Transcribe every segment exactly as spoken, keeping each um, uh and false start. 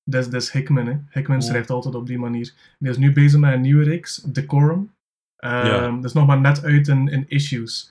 Dat is, dat is Hickman, hè. Hickman Mm. schrijft altijd op die manier. Die is nu bezig met een nieuwe reeks, Decorum. Ja. Um, dat is nog maar net uit in, in issues.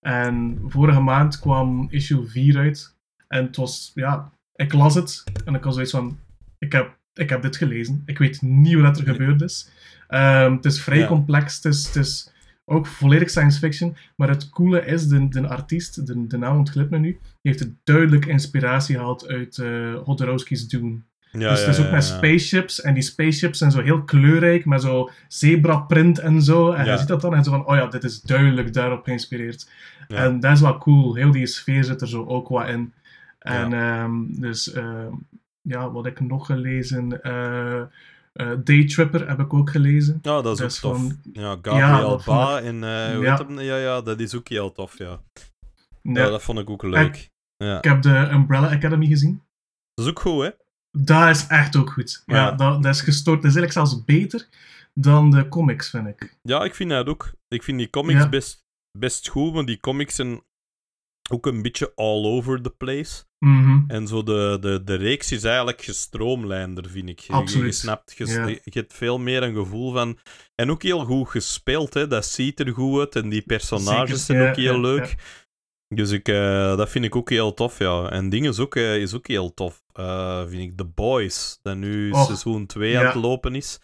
En vorige maand kwam issue vier uit. En het was, ja, ik las het. En ik was zoiets van, ik heb, ik heb dit gelezen. Ik weet niet wat er gebeurd is. Um, het is vrij Ja. complex. Het is, het is ook volledig science fiction. Maar het coole is, de, de artiest, de, de naam ontglipt me nu, die heeft duidelijk inspiratie gehaald uit uh, Jodorowsky's Dune. Ja, dus het is ja, ook met ja, ja. spaceships. En die spaceships zijn zo heel kleurrijk, met zo zebra-print en zo. En Ja. je ziet dat dan en zo van, oh ja, dit is duidelijk daarop geïnspireerd. Ja. En dat is wel cool. Heel die sfeer zit er zo ook wat in. En Ja. um, dus, uh, ja, wat heb ik nog gelezen? Uh, uh, Daytripper heb ik ook gelezen. Ja, dat is dat ook is tof. van, Ja, Gabriel ja, Ba ik, en uh, hoe ja. heet hem? Ja, ja, dat is ook heel tof, ja. Ja, ja dat vond ik ook leuk. Ik, ja. ik heb de Umbrella Academy gezien. Dat is ook goed, hè? Dat is echt ook goed. Ja, ja. dat, dat is gestoord. Dat is eigenlijk zelfs beter dan de comics, vind ik. Ja, ik vind dat ook. Ik vind die comics ja. best, best goed, want die comics zijn ook een beetje all over the place. Mm-hmm. En zo de, de, de reeks is eigenlijk gestroomlijnder, vind ik. Absoluut. Je, je snapt, je, ja. je hebt veel meer een gevoel van... En ook heel goed gespeeld, hè. Dat ziet er goed uit. En die personages Zeker. zijn ja, ook heel ja, leuk. Ja. Dus ik, uh, dat vind ik ook heel tof, ja. En Ding is ook, uh, is ook heel tof, uh, vind ik. The Boys, dat nu Och, seizoen twee ja. aan het lopen is.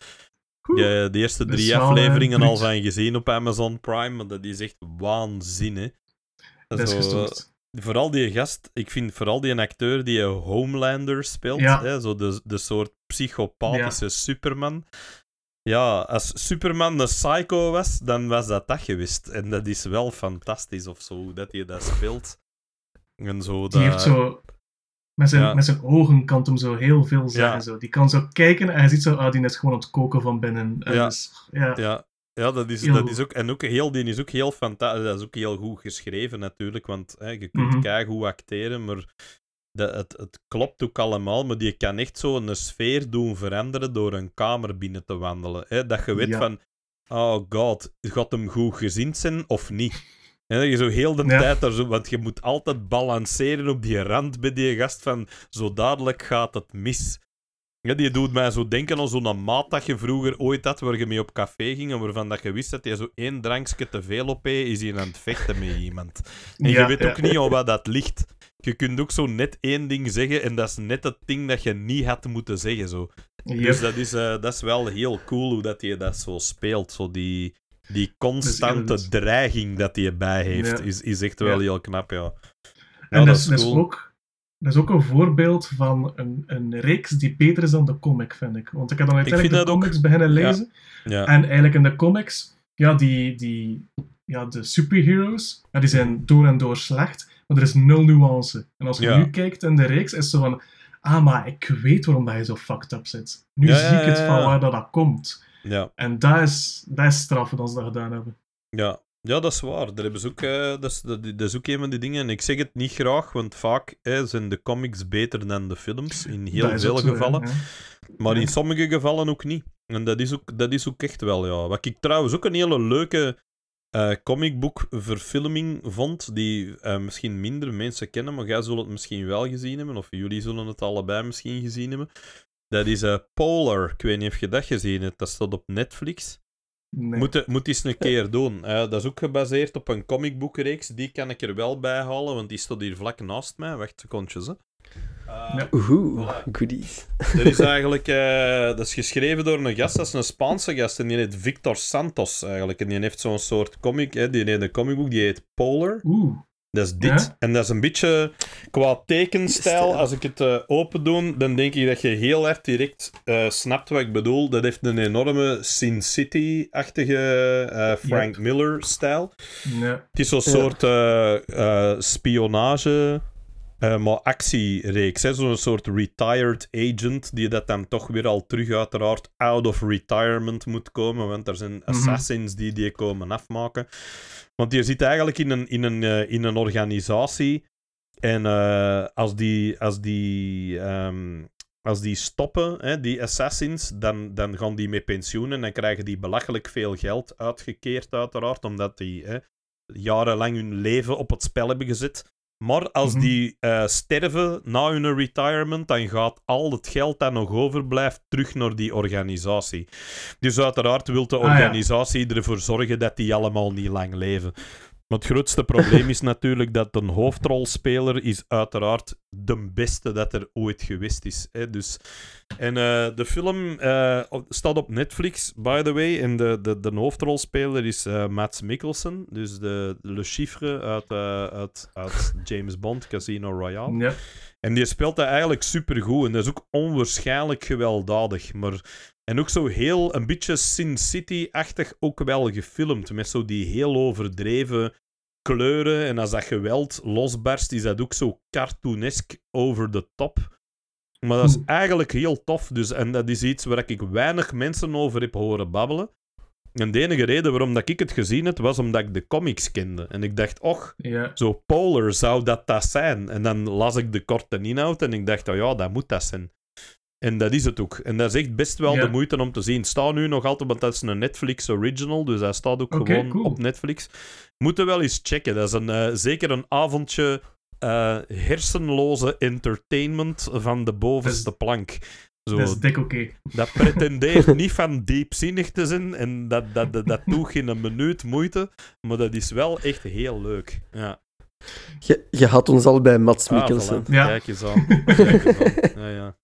De, de eerste drie wel, afleveringen uh, al van gezien op Amazon Prime, maar dat is echt waanzin, hè. Dat is Zo, gestoord. Vooral die gast, ik vind vooral die acteur die Homelander speelt, ja. hè, zo de, de soort psychopathische ja. Superman. Ja, als Superman een psycho was, dan was dat dat geweest. En dat is wel fantastisch of zo, hoe dat hij dat speelt. En zo, die dat... heeft zo... Met zijn, ja. met zijn ogen kan hem zo heel veel zeggen. Ja. Zo. Die kan zo kijken en je ziet zo, ah, die is gewoon aan het koken van binnen. En Ja. dus, ja. Ja. Ja, dat is, dat is ook... En ook heel, die is ook heel fantastisch. Dat is ook heel goed geschreven, natuurlijk. Want hè, je kunt mm-hmm. keigoed acteren, maar... Dat, het, het klopt ook allemaal, maar die kan echt zo een sfeer doen veranderen door een kamer binnen te wandelen. Hè? Dat je weet ja. van, oh god, gaat hem goed gezind zijn of niet? En dat je zo heel de ja. tijd daar zo, want je moet altijd balanceren op die rand bij die gast van, zo dadelijk gaat het mis. Ja, die doet mij zo denken aan zo'n maat dat je vroeger ooit had, waar je mee op café ging en waarvan dat je wist dat je zo één drankje te veel op heeft, is hij aan het vechten met iemand. En ja, je weet ja. ook niet aan wat dat ligt. Je kunt ook zo net één ding zeggen en dat is net het ding dat je niet had moeten zeggen. Zo. Yep. Dus dat is, uh, dat is wel heel cool hoe dat je dat zo speelt. Zo die, die constante dreiging dat hij bij heeft, ja. is, is echt wel ja. heel knap. Ja. Ja, en dat, is dat, cool. is ook, dat is ook een voorbeeld van een, een reeks die beter is dan de comic, vind ik. Want ik heb dan uiteindelijk de comics ook... beginnen lezen. Ja. Ja. En eigenlijk in de comics, ja, die, die, ja, de superheroes, ja, die zijn door en door slecht. Maar er is nul nuance. En als je ja. nu kijkt in de reeks, is het zo van... Ah, maar ik weet waarom dat je zo fucked up zit. Nu ja, zie ja, ik het ja, ja. van waar dat, dat komt. Ja. En dat is, dat is straf dat ze dat gedaan hebben. Ja, ja dat is waar. Daar hebben ze ook, uh, dat, is, dat, dat is ook een van die dingen. En ik zeg het niet graag, want vaak eh, zijn de comics beter dan de films. In heel veel zo, gevallen. Ja, ja. Maar ja. in sommige gevallen ook niet. En dat is ook, dat is ook echt wel, ja. Wat ik trouwens ook een hele leuke... Uh, comicboekverfilming vond, die uh, misschien minder mensen kennen, maar jij zult het misschien wel gezien hebben, of jullie zullen het allebei misschien gezien hebben. Dat is uh, Polar. Ik weet niet of je dat gezien hebt. Dat staat op Netflix. Nee. Moet, moet eens een keer doen. Uh, dat is ook gebaseerd op een comicboekreeks. Die kan ik er wel bij halen, want die staat hier vlak naast mij. Wacht, secondjes, hè. Uh, ja. Oeh, goodies. Dat is eigenlijk... Uh, dat is geschreven door een gast, dat is een Spaanse gast, en die heet Victor Santos, eigenlijk. En die heeft zo'n soort comic, hè, die heeft een comicboek, die heet Polar. Oeh. Dat is dit. Ja? En dat is een beetje qua tekenstijl. Stel. Als ik het uh, open doe, dan denk ik dat je heel erg direct uh, snapt wat ik bedoel. Dat heeft een enorme Sin City-achtige uh, Frank yep. Miller-stijl. Ja. Het is zo'n ja. soort uh, uh, spionage... Uh, maar actiereeks, zo'n soort retired agent die dat dan toch weer al terug uiteraard out of retirement moet komen, want er zijn assassins die die komen afmaken. Want je zit eigenlijk in een, in een, uh, in een organisatie en uh, als die, als die, um, als die stoppen, hè, die assassins, dan, dan gaan die met pensioen en dan krijgen die belachelijk veel geld uitgekeerd uiteraard, omdat die hè, jarenlang hun leven op het spel hebben gezet. Maar als Mhm. die uh, sterven na hun retirement, dan gaat al het geld dat nog overblijft terug naar die organisatie. Dus uiteraard wil de Ah, ja. organisatie ervoor zorgen dat die allemaal niet lang leven. Maar het grootste probleem is natuurlijk dat een hoofdrolspeler is uiteraard de beste dat er ooit geweest is. Hè? Dus, en uh, de film uh, staat op Netflix, by the way. En de, de, de hoofdrolspeler is uh, Mads Mikkelsen. Dus de Le Chiffre uit, uh, uit, uit James Bond, Casino Royale. Ja. En die speelt dat eigenlijk supergoed. En dat is ook onwaarschijnlijk gewelddadig. Maar... En ook zo heel, een beetje Sin City-achtig ook wel gefilmd. Met zo die heel overdreven kleuren. En als dat geweld losbarst, is dat ook zo cartoonesk over the top. Maar dat is Oeh. eigenlijk heel tof. Dus, en dat is iets waar ik weinig mensen over heb horen babbelen. En de enige reden waarom dat ik het gezien heb, was omdat ik de comics kende. En ik dacht, och, Ja. zo Polar zou dat dat zijn. En dan las ik de korte inhoud en ik dacht, oh ja, dat moet dat zijn. En dat is het ook. En dat is echt best wel Ja. de moeite om te zien. Het staat nu nog altijd, want dat is een Netflix original, dus hij staat ook Oké, gewoon cool. op Netflix. Moeten wel eens checken. Dat is een, uh, zeker een avondje uh, hersenloze entertainment van de bovenste Dat plank. Zo, Dat is dik oké. dat pretendeert niet van diepzinnig te zijn en dat, dat, dat, dat doet geen minuut moeite, maar dat is wel echt heel leuk. Ja. Je, je had ons al bij Mads Ah, Mikkelsen. voilà. Ja. Kijk eens aan. Kijk eens aan. Ja, ja.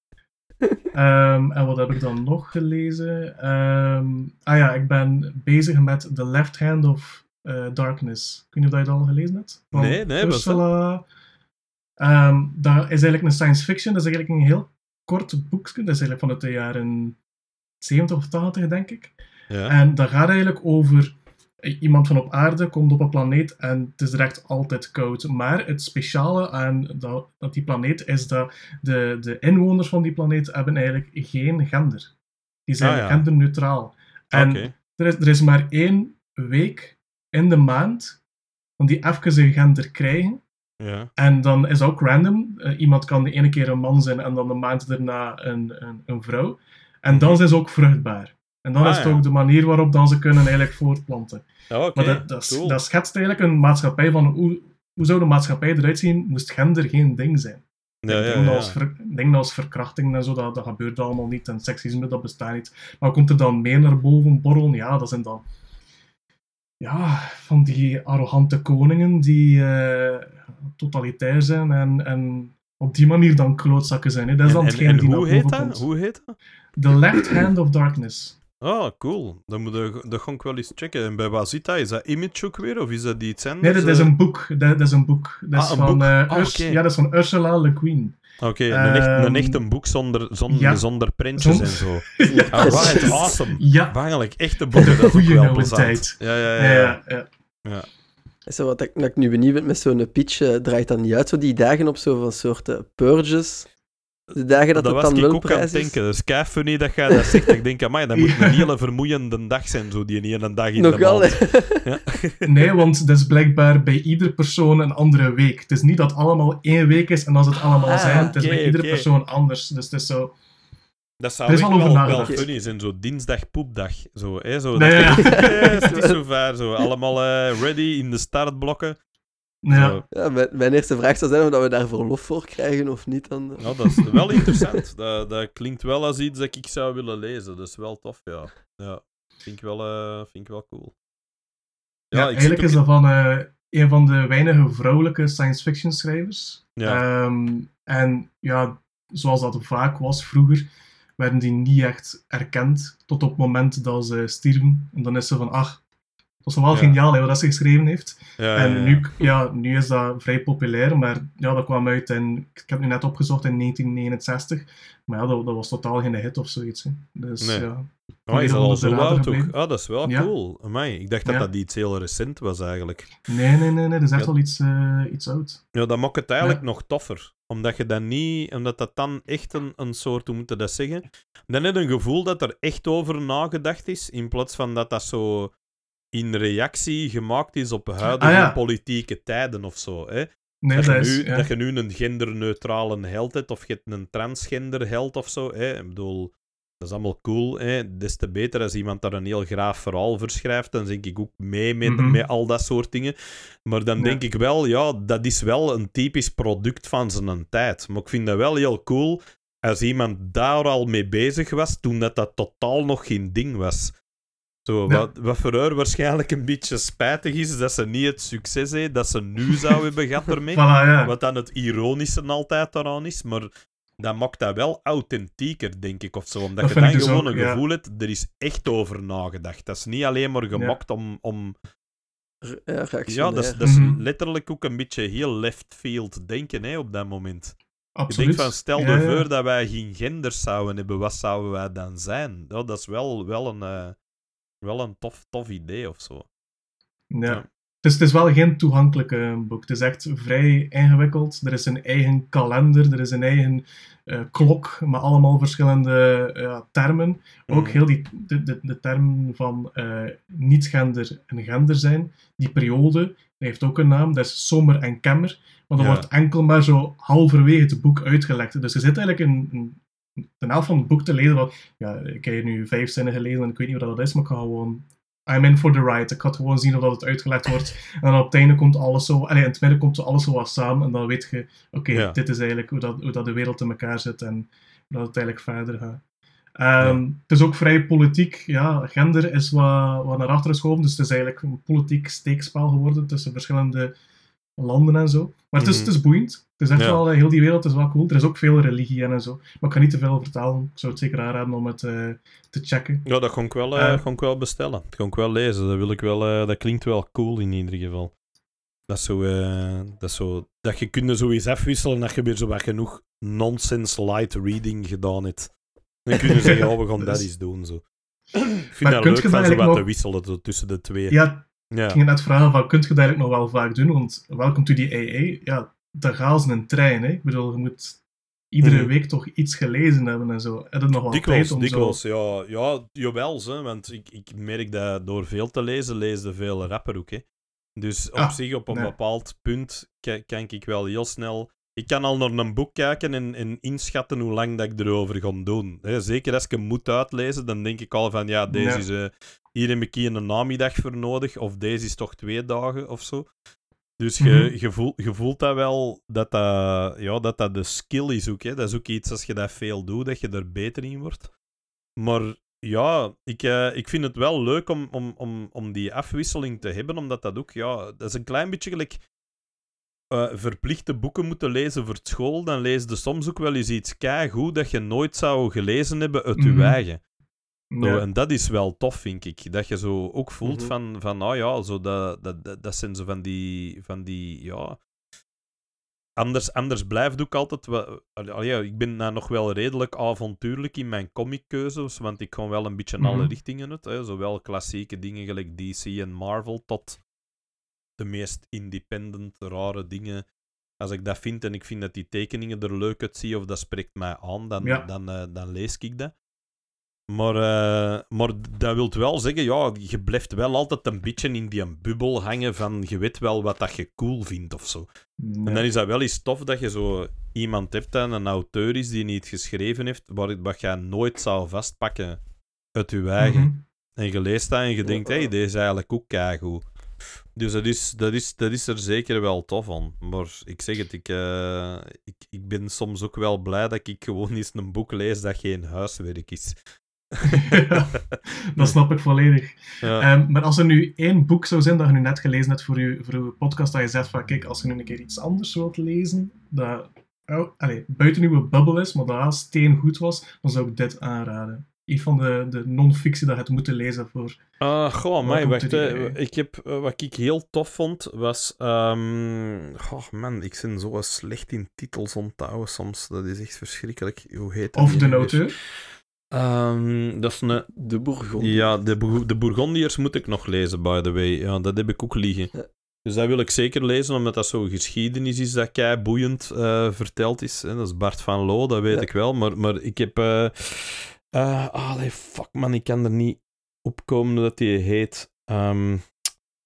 Um, en wat heb ik dan nog gelezen? Um, ah ja, ik ben bezig met The Left Hand of uh, Darkness. Ik weet niet of je het al gelezen hebt. Van Nee, nee, wat is dat? Ursula. Um, dat is eigenlijk een science fiction. Dat is eigenlijk een heel kort boekje. Dat is eigenlijk vanuit de jaren zeventig of tachtig, denk ik. Ja. En dat gaat eigenlijk over iemand van op aarde komt op een planeet en het is er echt altijd koud. Maar het speciale aan dat, dat die planeet is dat de, de inwoners van die planeet hebben eigenlijk geen gender. Die zijn Ah, ja. genderneutraal. En Oké. er, is, er is maar één week in de maand dat die even een gender krijgen. Ja. En dan is dat ook random. Uh, iemand kan de ene keer een man zijn en dan de maand daarna een, een, een vrouw. En dan zijn ze ook vruchtbaar. En dan Ah, is het ja. ook de manier waarop dan ze kunnen eigenlijk voortplanten. Ja, oké. Maar dat, dat, is- Cool. dat schetst eigenlijk een maatschappij van hoe, hoe zou de maatschappij eruit zien moest gender geen ding zijn. Ja, ja, Dingen ja. als, ver, dingen als verkrachting en zo, dat, dat gebeurt allemaal niet. En seksisme, dat bestaat niet. Maar komt er dan meer naar boven borrelen? Ja, dat zijn dan ja, van die arrogante koningen die eh, totalitair zijn en, en op die manier dan klootzakken zijn. Hè. Dat is dan En, en, hetgene en die hoe naar heet boven dat? komt. Hoe heet dat? The Left Hand of Darkness. Ah, cool. Dan moet je, dat ga ik wel eens checken. En bij wat zit dat? Is dat Image ook weer? Of is dat iets anders? Nee, dat is eh? een boek. Dat, dat is een boek. Dat is Ah, een van, boek. eh, Ah, Urs- oké. ja, dat is van Ursula Le Guin. Oké, een, echt, een Ehm, echt een boek zonder, zonder, ja. zonder prentjes Zon- en zo. Alright, awesome. Ja, Eigenlijk, echte boeken, dat is ook goeie wel oude plezant. tijd. Ja, ja, ja, ja. ja. ja. Zo, wat ik, wat ik nu benieuwd ben met zo'n pitch, eh, draait dan niet uit, zo die dagen op zo'n soort eh, purges. De dagen dat, Dat het was dan ik ook aan nulprijs het is. denken. Dat is kei funny dat jij dat zegt. Ik denk, amai, dat moet Ja. een hele vermoeiende dag zijn, zo die ene dag in de Nogal, maand. hè. Nee, want het is blijkbaar bij iedere persoon een andere week. Het is niet dat het allemaal één week is en als het allemaal Ah, zijn. Het is oké, bij iedere oké. persoon anders. Dus het is zo... Dat zou Er is echt wel over wel, wel nagedacht. funny zijn, zo dinsdag poepdag. Zo, hè, zo, Nee, dat ja. je denkt, eh, het is zo ver, zo. Allemaal eh, ready in de startblokken. Ja. Zo. Ja, mijn, mijn eerste vraag zou zijn of dat we daar verlof voor krijgen of niet. Dan. Nou, dat is wel interessant. Dat, dat klinkt wel als iets dat ik zou willen lezen. Dat is wel tof, ja. Ja, vind ik wel, eh, vind ik wel cool. Ja, ik eigenlijk zit is ook dat van eh, een van de weinige vrouwelijke science fiction schrijvers. Ja. Ehm, en ja, zoals dat vaak was vroeger, werden die niet echt erkend tot op het moment dat ze stierven. En dan is ze van, ach, dat was wel Ja. geniaal hè, wat dat ze geschreven heeft. in. Ja, En ja, ja. nu, ja, nu is dat vrij populair, maar ja, dat kwam uit in, ik heb het nu net opgezocht, in negentien negenenzestig. Maar ja, dat, dat was totaal geen hit of zoiets. Hè. Dus Nee. ja. Oh, is dat al onder de zo radar oud ook? gebleven. Ah, dat is wel Ja. cool. Amai, ik dacht dat Ja. dat iets heel recent was eigenlijk. Nee, nee, nee, nee, dat is echt Ja. wel iets, eh, iets oud. Ja, dat maakt het eigenlijk Ja. nog toffer. Omdat je dat niet... Omdat dat dan echt een, een soort... Hoe moet je dat zeggen? Dan heb je een gevoel dat er echt over nagedacht is, in plaats van dat dat zo in reactie gemaakt is op huidige Ah, ja. politieke tijden of zo. Hè? Nee, dat, dat, je is... nu, ja. dat je nu een genderneutrale held hebt, of je hebt een transgender held of zo. Hè? Ik bedoel... Dat is allemaal cool. Hè? Des te beter als iemand daar een heel graaf verhaal verschrijft. Dan denk ik ook mee met, Mhm. met al dat soort dingen. Maar dan Ja. denk ik wel, ja, dat is wel een typisch product van zijn tijd. Maar ik vind dat wel heel cool als iemand daar al mee bezig was toen dat, dat totaal nog geen ding was. Zo, Ja. wat, wat voor haar waarschijnlijk een beetje spijtig is, dat ze niet het succes heeft dat ze nu zou hebben gehad ermee. Voilà, ja. Wat dan het ironische altijd daaraan is, maar dat maakt dat wel authentieker, denk ik, of zo. Omdat Dat je vind dan ik dus gewoon ook, een ja. gevoel hebt, er is echt over nagedacht. Dat is niet alleen maar gemaakt om... om R- ja, reactionair. ja, dat is, dat is Mhm. letterlijk ook een beetje heel left field denken, hè, op dat moment. Absoluut. Je denkt van, stel Ja, je ja. voor dat wij geen genders zouden hebben, wat zouden wij dan zijn? Ja, dat is wel, wel een, eh, wel een tof, tof idee of zo. Ja. Ja. Het is, het is wel geen toegankelijke boek. Het is echt vrij ingewikkeld. Er is een eigen kalender, er is een eigen eh, klok met allemaal verschillende eh, termen. Ook Mhm. heel die, de, de, de term van eh, niet-gender en gender zijn. Die periode, dat heeft ook een naam, dat is zomer en kemmer. Maar dat Ja. wordt enkel maar zo halverwege het boek uitgelegd. Dus je zit eigenlijk in, in de helft van het boek te lezen van, ja, ik heb hier nu vijf zinnen gelezen en ik weet niet wat dat is, maar ik ga gewoon... I'm in for the ride. Ik ga het gewoon zien of dat het uitgelegd wordt. En dan op het einde komt alles zo... Allee, in het midden komt zo alles zo wat samen. En dan weet je... Oké, Ja. dit is eigenlijk hoe dat, hoe dat de wereld in elkaar zit. En hoe dat het eigenlijk verder gaat. Ehm, Ja. Het is ook vrij politiek. Ja, gender is wat, wat naar achter geschoven. Dus het is eigenlijk een politiek steekspel geworden tussen verschillende landen en zo. Maar het is, Mhm. het is boeiend. Het is echt Ja. wel... eh, Heel die wereld is wel cool. Er is ook veel religie in en zo. Maar ik kan niet te veel vertellen. Ik zou het zeker aanraden om het eh, te checken. Ja, dat kon ik wel, eh, Eh. kon ik wel bestellen. Dat kon ik wel lezen. Dat, wil ik wel, eh, dat klinkt wel cool in ieder geval. Dat is zo... eh, dat, is zo dat je kunt zo eens afwisselen dat je weer zo wat genoeg nonsense light reading gedaan hebt. Dan kun je zeggen, oh, we gaan dat Dus- eens doen. Zo. Ik vind Maar dat kunt leuk je van dat zo eigenlijk wat te nog- wisselen zo tussen de twee. Ja, Ja. Ik ging net vragen van, kunt je dat eigenlijk nog wel vaak doen? Want Welcome to the A A, ja, dat gaat als een trein, hè. Ik bedoel, je moet iedere Mhm. week toch iets gelezen hebben en zo. Heb je nog wel Dikwijls, tijd om dikwijls, zo... ja. Ja, jawel, hè, want ik, ik merk dat door veel te lezen, lees je veel rapper ook, hè. Dus op Ah, zich, op een nee. bepaald punt, ka- kan ik wel heel snel... Ik kan al naar een boek kijken en, en inschatten hoe lang dat ik erover ga doen. Hè, zeker als ik hem moet uitlezen, dan denk ik al van, ja, deze Ja. is... eh, hier heb ik hier een namiddag voor nodig, of deze is toch twee dagen, of zo. Dus je, Mhm. je, voelt, je voelt dat wel, dat dat, ja, dat dat de skill is ook. Hè. Dat is ook iets, als je dat veel doet, dat je er beter in wordt. Maar ja, ik, eh, ik vind het wel leuk om, om, om, om die afwisseling te hebben, omdat dat ook, ja, dat is een klein beetje gelijk eh, verplichte boeken moeten lezen voor school. Dan lees je soms ook wel eens iets keigoed dat je nooit zou gelezen hebben uit je Mhm. eigen. Zo, Ja. en dat is wel tof, vind ik. Dat je zo ook voelt Mhm. van, van, nou ja, zo dat, dat, dat, dat zijn zo van die, van die, ja... Anders, anders blijft ook altijd... Wel, allee, ja, ik ben nou nog wel redelijk avontuurlijk in mijn comickeuzes, want ik ga wel een beetje in alle Mhm. richtingen uit. Hè. Zowel klassieke dingen gelijk D C en Marvel, tot de meest independent, rare dingen. Als ik dat vind en ik vind dat die tekeningen er leuk uitzien of dat spreekt mij aan, dan, Ja. dan, uh, dan lees ik dat. Maar, uh, maar dat wil wel zeggen, ja, je blijft wel altijd een beetje in die bubbel hangen van je weet wel wat dat je cool vindt of zo. Ja. En dan is dat wel eens tof dat je zo iemand hebt dat een auteur is die niet geschreven heeft, waar, wat je nooit zou vastpakken uit je eigen. Mhm. En je leest dat en je denkt, hé, Ja. hey, deze is eigenlijk ook keigoed. Dus dat is, dat, is, dat is er zeker wel tof aan. Maar ik zeg het, ik, uh, ik, ik ben soms ook wel blij dat ik gewoon eens een boek lees dat geen huiswerk is. Ja, dat snap ik volledig. Ja. Um, maar als er nu één boek zou zijn dat je nu net gelezen hebt voor je, voor je podcast, dat je zegt van, kijk, als je nu een keer iets anders wilt lezen, dat oh, allez, buiten uw bubbel is, maar dat steengoed was, dan zou ik dit aanraden. Een van de, de non-fictie dat je hebt moeten lezen voor... Uh, goh, mij, Welcome wacht. to the Hè. A A. Ik heb, uh, wat ik heel tof vond, was... Um... Oh man, ik ben zo slecht in titels onthouden soms. Dat is echt verschrikkelijk. Hoe heet dat? Of de weer? auteur. Um, dat is een... De Bourgondiërs. Ja, de, Bour- de Bourgondiërs moet ik nog lezen, by the way. Ja, dat heb ik ook liggen. Ja. Dus dat wil ik zeker lezen, omdat dat zo'n geschiedenis is dat kei boeiend uh, verteld is. Hè. Dat is Bart van Loo, dat weet Ja. ik wel. Maar, maar ik heb... Uh, uh, allee, fuck man, ik kan er niet opkomen hoe dat die heet. Um,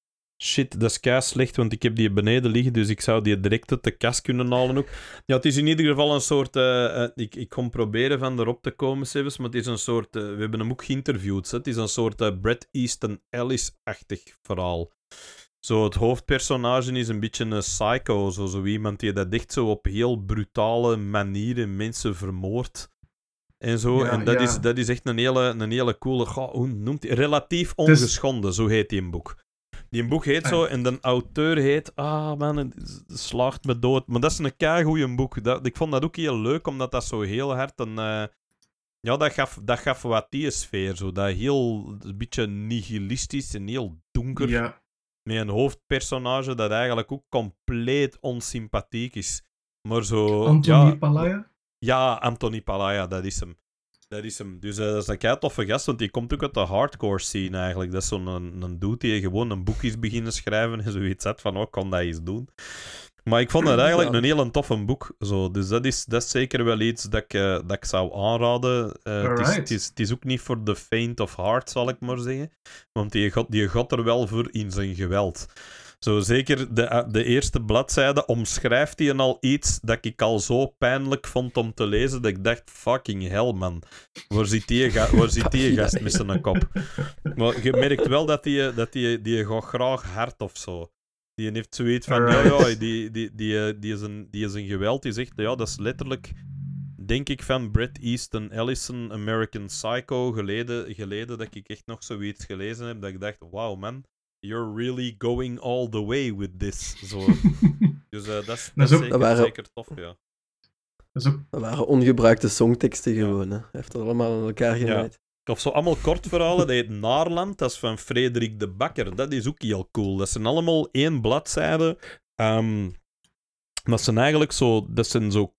Shit, dat is kei slecht, want ik heb die beneden liggen, dus ik zou die direct uit de kast kunnen halen ook. Ja, het is in ieder geval een soort... Uh, uh, ik, ik kom proberen van erop te komen, Sebas, maar het is een soort... Uh, we hebben hem ook geïnterviewd. Hè? Het is een soort uh, Bret Easton Ellis-achtig verhaal. Zo, het hoofdpersonage is een beetje een psycho, zo, zo iemand die dat echt zo op heel brutale manieren mensen vermoordt. En zo, Ja, en dat, ja. is, dat is echt een hele, een hele coole... Goh, hoe noemt hij? Relatief ongeschonden, dus... zo heet die een boek. Die boek heet zo, en de auteur heet... Ah, man, het slaagt me dood. Maar dat is een keigoeie boek. Dat, ik vond dat ook heel leuk, omdat dat zo heel hard een... Uh, ja, dat gaf, dat gaf wat die sfeer, zo. Dat heel... Een beetje nihilistisch en heel donker. Ja. Met een hoofdpersonage dat eigenlijk ook compleet onsympathiek is. Maar zo... Anthony ja, Palaya? Ja, Anthony Palaya, dat is hem. Dat is hem. Dus uh, dat is een kei toffe gast, want die komt ook uit de hardcore scene eigenlijk. Dat is zo'n een, een dude die gewoon een boek is beginnen schrijven en zoiets had van, oh, ik kan dat eens doen. Maar ik vond dat eigenlijk ja. een heel toffe boek. Zo. Dus dat is, dat is zeker wel iets dat ik, uh, dat ik zou aanraden. Uh, het, is, het, is, het is ook niet voor the faint of heart, zal ik maar zeggen. Want die gaat, die gaat er wel voor in zijn geweld. Zo, zeker de, de eerste bladzijde omschrijft hij al iets dat ik al zo pijnlijk vond om te lezen, dat ik dacht, fucking hell, man. Waar zit die, ga- waar zit die gast met zijn kop? Maar je merkt wel dat die, dat die, die gaat graag hard of zo. Die heeft zoiets van, ja, ja, die, die, die, die, die, is een, die is een geweld. Die zegt, ja, dat is letterlijk, denk ik, van Bret Easton Ellison, American Psycho, geleden, geleden dat ik echt nog zoiets gelezen heb, dat ik dacht, wow, man. You're really going all the way with this. Zo. Dus uh, dat is, dat is ook, zeker, dat waren, zeker tof, ja. Dat, is ook... dat waren ongebruikte songteksten gewoon. Hè. Hij heeft dat allemaal aan elkaar genaaid. Ja. Of zo allemaal kortverhalen. Dat heet Naarland. Dat is van Frederik de Bakker. Dat is ook heel cool. Dat zijn allemaal één bladzijde. Um, dat zijn eigenlijk zo... Dat zijn zo...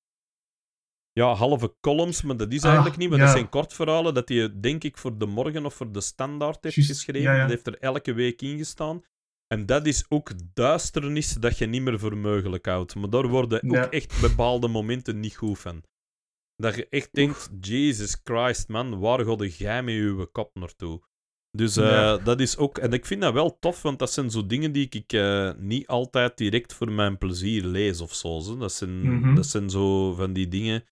Ja, halve columns, maar dat is ah, eigenlijk niet. Maar ja. dat zijn kortverhalen dat hij, denk ik, voor De Morgen of voor De Standaard heeft Just, geschreven. ja, ja. Dat heeft er elke week in gestaan. En dat is ook duisternis dat je niet meer voor mogelijk houdt. Maar daar worden ook ja. echt bepaalde momenten niet goed van. Dat je echt denkt, Jesus Christ, man, waar ga jij met je kop naartoe? Dus uh, ja. dat is ook... En ik vind dat wel tof, want dat zijn zo dingen die ik uh, niet altijd direct voor mijn plezier lees of zo. zo. Dat, zijn, mm-hmm. dat zijn zo van die dingen...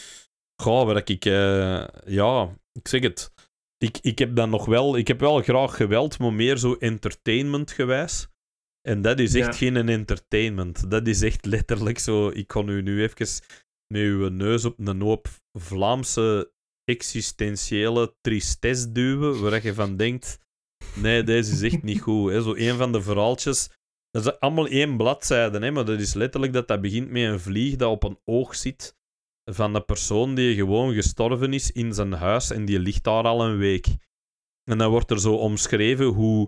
Goh, waar ik... Uh, ja, ik zeg het. Ik, ik heb dan nog wel... Ik heb wel graag geweld, maar meer zo entertainment-gewijs. En dat is echt ja. geen entertainment. Dat is echt letterlijk zo... Ik kan u nu even met uw neus op een hoop Vlaamse existentiële tristesse duwen, waar je van denkt... Nee, deze is echt niet goed. Hè. Zo een van de verhaaltjes... Dat is allemaal één bladzijde, hè, maar dat is letterlijk dat dat begint met een vlieg dat op een oog zit van een persoon die gewoon gestorven is in zijn huis en die ligt daar al een week. En dan wordt er zo omschreven hoe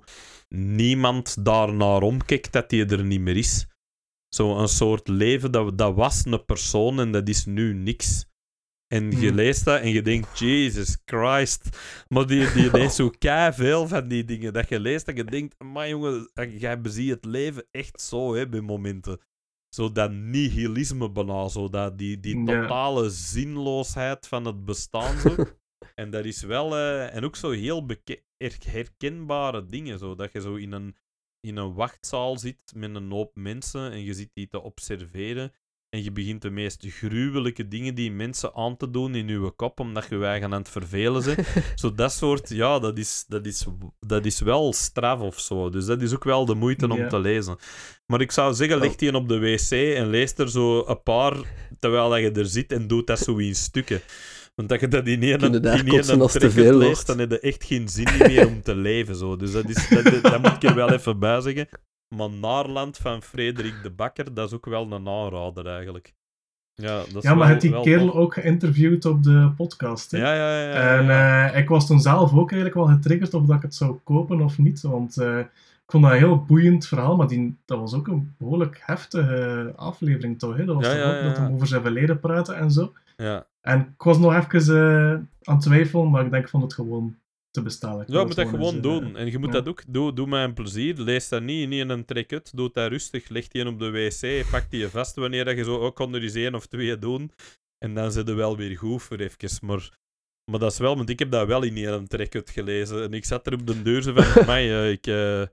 niemand daar naar omkijkt dat die er niet meer is. Zo een soort leven, dat, dat was een persoon en dat is nu niks. En je leest dat en je denkt, Jesus Christ. Maar die, die leest zo keiveel van die dingen. Dat je leest dat je denkt, maar jongen, jij beziet het leven echt zo, hè, bij momenten. Zo dat nihilisme bijna, zo dat, die, die totale ja. zinloosheid van het bestaan. Zo. En dat is wel... Uh, en ook zo heel beke- herkenbare dingen. Zo, dat je zo in een, in een wachtzaal zit met een hoop mensen en je zit die te observeren. En je begint de meest gruwelijke dingen die mensen aan te doen in je kop, omdat je eigen aan het vervelen bent. Zo dat soort, ja, dat is, dat, is, dat is wel straf of zo. Dus dat is ook wel de moeite om ja. te lezen. Maar ik zou zeggen, leg die op de wc en lees er zo een paar terwijl dat je er zit en doet dat zo in stukken. Want dat je dat in één, in één trek leest, dan heb je echt geen zin meer om te leven. Zo. Dus dat, is, dat, dat moet ik er wel even bij zeggen. Maar Naarland van Frederik de Bakker, dat is ook wel een aanrader eigenlijk. Ja, dat is ja maar wel, heb die wel kerel tof. ook geïnterviewd op de podcast? Hè? Ja, ja, ja. ja, en ja. Uh, ik was toen zelf ook eigenlijk wel getriggerd of dat ik het zou kopen of niet. Want uh, ik vond dat een heel boeiend verhaal, maar die, dat was ook een behoorlijk heftige aflevering toch? Hè? Dat was ja, toch ja, ook ja, dat hij over zijn verleden praatte en zo. Ja. En ik was nog even uh, aan het twijfelen, maar ik denk ik vond het gewoon te bestellen. Ja, je moet dat gewoon eens, doen. Uh, en je moet ja. dat ook doen. Doe mij een plezier. Lees dat niet, niet in een trek-ut. Doe dat rustig. Leg die op de wc. Pak die je vast wanneer je zo ook kon er eens één of twee doen. En dan zit je wel weer goed voor even. Maar, maar dat is wel... Want ik heb dat wel in een trek-ut gelezen. En ik zat er op de deur zo van... Amai, uh, ik... Uh,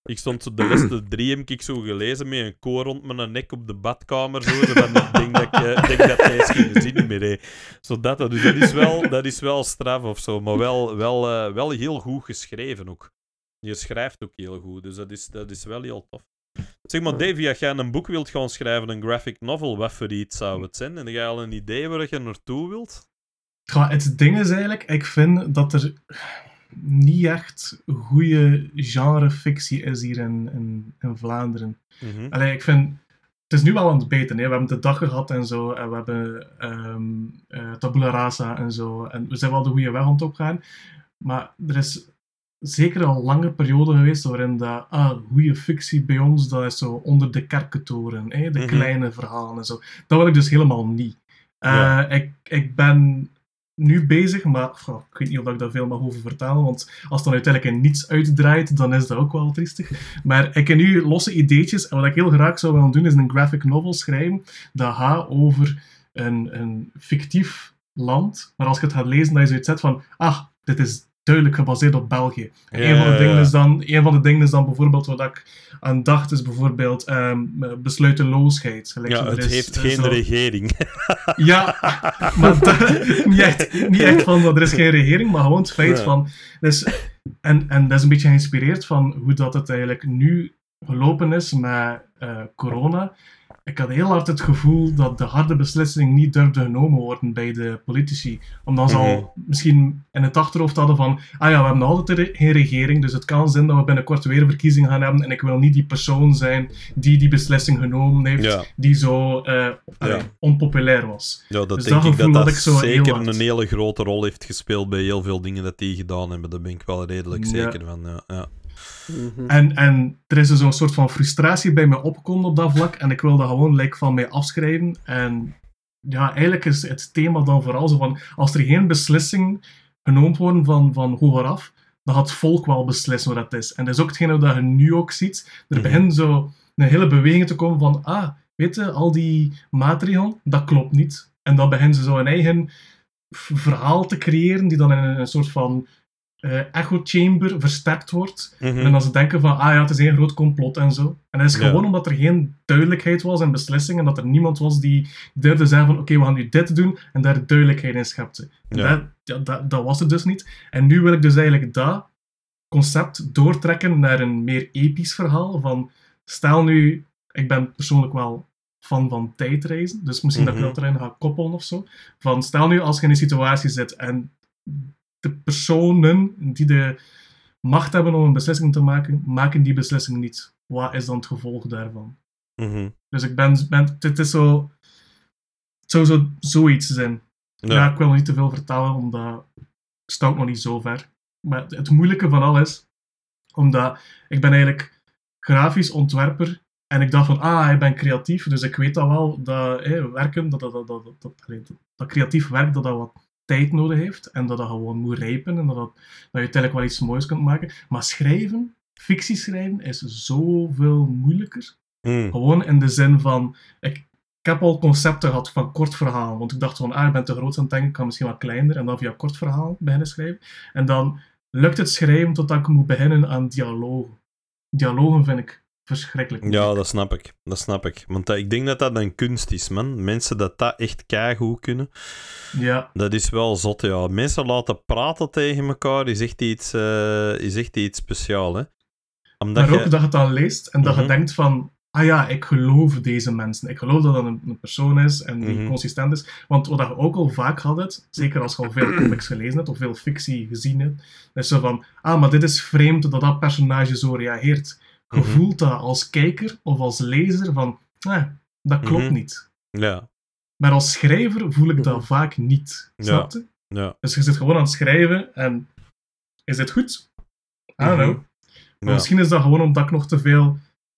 Ik stond zo de laatste drie heb ik zo gelezen met een koor rond mijn nek op de badkamer. Zo, zo van, ik denk dat ik uh, denk dat hij eens geen zin meer heeft. Zo dat, dus dat is wel, dat is wel straf of zo, maar wel, wel, uh, wel heel goed geschreven ook. Je schrijft ook heel goed, dus dat is, dat is wel heel tof. Zeg maar, Davy, als jij een boek wilt gaan schrijven, een graphic novel, wat voor iets zou het zijn? En heb jij al een idee waar je naartoe wilt? Ja, het ding is eigenlijk, ik vind dat er niet echt goede genrefictie is hier in, in, in Vlaanderen. Mm-hmm. Allee, ik vind... Het is nu wel aan het beter. Hè. We hebben de dag gehad en zo. En we hebben um, uh, Tabula Rasa en zo. En we zijn wel de goede weg aan het opgaan. Maar er is zeker al lange periode geweest waarin dat, ah, goede fictie bij ons, dat is zo onder de kerkentoren. Hè, de Mm-hmm. kleine verhalen en zo. Dat wil ik dus helemaal niet. Uh, Ja. ik, ik ben nu bezig, maar oh, ik weet niet of ik daar veel mag over vertellen, want als het dan uiteindelijk in niets uitdraait, dan is dat ook wel triestig. Maar ik heb nu losse ideetjes, en wat ik heel graag zou willen doen, is een graphic novel schrijven, dat gaat over een, een fictief land, maar als je het gaat lezen, dat je zoiets zet van, ah, dit is duidelijk gebaseerd op België. En Ja, een, van de ja, dingen ja. is dan, een van de dingen is dan bijvoorbeeld, wat ik aan dacht, is bijvoorbeeld um, besluiteloosheid. Like, Ja, zo, er het is- heeft er is geen zo- regering. Ja, maar dat, niet, echt, niet echt van dat er is geen regering, maar gewoon het feit Ja. van... Dus, en, en dat is een beetje geïnspireerd van hoe dat het eigenlijk nu gelopen is met uh, corona. Ik had heel hard het gevoel dat de harde beslissingen niet durfden genomen worden bij de politici. Omdat ze al Mhm. misschien in het achterhoofd hadden van ah ja, we hebben nog altijd re- geen regering, dus het kan zijn dat we binnenkort weer verkiezingen gaan hebben en ik wil niet die persoon zijn die die beslissing genomen heeft, Ja. die zo uh, allee, Ja. onpopulair was. Ja, dat Dus denk dat ik gevoel dat had dat ik zo heel zeker hard. een hele grote rol heeft gespeeld bij heel veel dingen dat die gedaan hebben. Daar ben ik wel redelijk Ja. zeker van. Ja, ja. Mhm. En, en er is dus een soort van frustratie bij mij opgekomen op dat vlak. En ik wil dat gewoon like, van mij afschrijven. En ja, eigenlijk is het thema dan vooral zo van... Als er geen beslissing genomen worden van, van hogeraf, dan gaat het volk wel beslissen wat dat is. En dat is ook hetgene dat je nu ook ziet. Er Mhm. begint zo een hele beweging te komen van... Ah, weet je, al die maatregelen, dat klopt niet. En dan beginnen ze zo een eigen v- verhaal te creëren, die dan in een, een soort van... Uh, echo chamber versterkt wordt. Mhm. En dan ze denken van, ah ja, het is een groot complot en zo. En dat is Ja. gewoon omdat er geen duidelijkheid was en beslissingen, dat er niemand was die durfde zeggen van, oké, okay, we gaan nu dit doen, en daar duidelijkheid in schepte. En Ja. dat, ja, dat, dat was het dus niet. En nu wil ik dus eigenlijk dat concept doortrekken naar een meer episch verhaal van, stel nu, ik ben persoonlijk wel fan van tijdreizen, dus misschien Mhm. dat ik dat erin ga koppelen of zo. Van, stel nu als je in een situatie zit en de personen die de macht hebben om een beslissing te maken, maken die beslissing niet. Wat is dan het gevolg daarvan? Mhm. Dus ik ben... ben dit is zo... Het zou zo, zoiets zijn. Ja. Ja. ik wil nog niet te veel vertellen, omdat ik sta ook nog niet zo ver. Maar het moeilijke van alles is, omdat ik ben eigenlijk grafisch ontwerper en ik dacht van, ah, ik ben creatief, dus ik weet dat wel, dat hey, werken, dat, dat, dat, dat, dat, dat, dat creatief werk, dat dat wat tijd nodig heeft en dat dat gewoon moet rijpen en dat, dat, dat je uiteindelijk wel iets moois kunt maken. Maar schrijven, fictie schrijven, is zoveel moeilijker. Mm. Gewoon in de zin van, ik, ik heb al concepten gehad van kort verhaal, want ik dacht van, ah, ik ben te groot aan het denken, ik kan misschien wat kleiner en dan via kort verhaal beginnen schrijven. En dan lukt het schrijven totdat ik moet beginnen aan dialogen. Dialogen vind ik verschrikkelijk. Ja, dat snap ik. Dat snap ik. Want dat, ik denk dat dat een kunst is, man. Mensen dat dat echt keigoed kunnen. Ja. Dat is wel zot, ja. Mensen laten praten tegen elkaar is echt iets, uh, is echt iets speciaals, hè. Omdat maar ook je... dat je het dan leest en dat mm-hmm. je denkt van, ah ja, ik geloof deze mensen. Ik geloof dat dat een, een persoon is en die Mm-hmm. consistent is. Want wat je ook al vaak had, het, zeker als je al veel comics gelezen hebt of veel fictie gezien hebt, is zo van, ah, maar dit is vreemd dat dat personage zo reageert. Je Mm-hmm. voelt dat als kijker of als lezer van, ah, dat klopt Mm-hmm. niet. Ja. Maar als schrijver voel ik dat Mm-hmm. vaak niet. Snap je? Ja. Dus je zit gewoon aan het schrijven en is dit goed? I don't know. Mm-hmm. Maar Ja. misschien is dat gewoon omdat ik nog te veel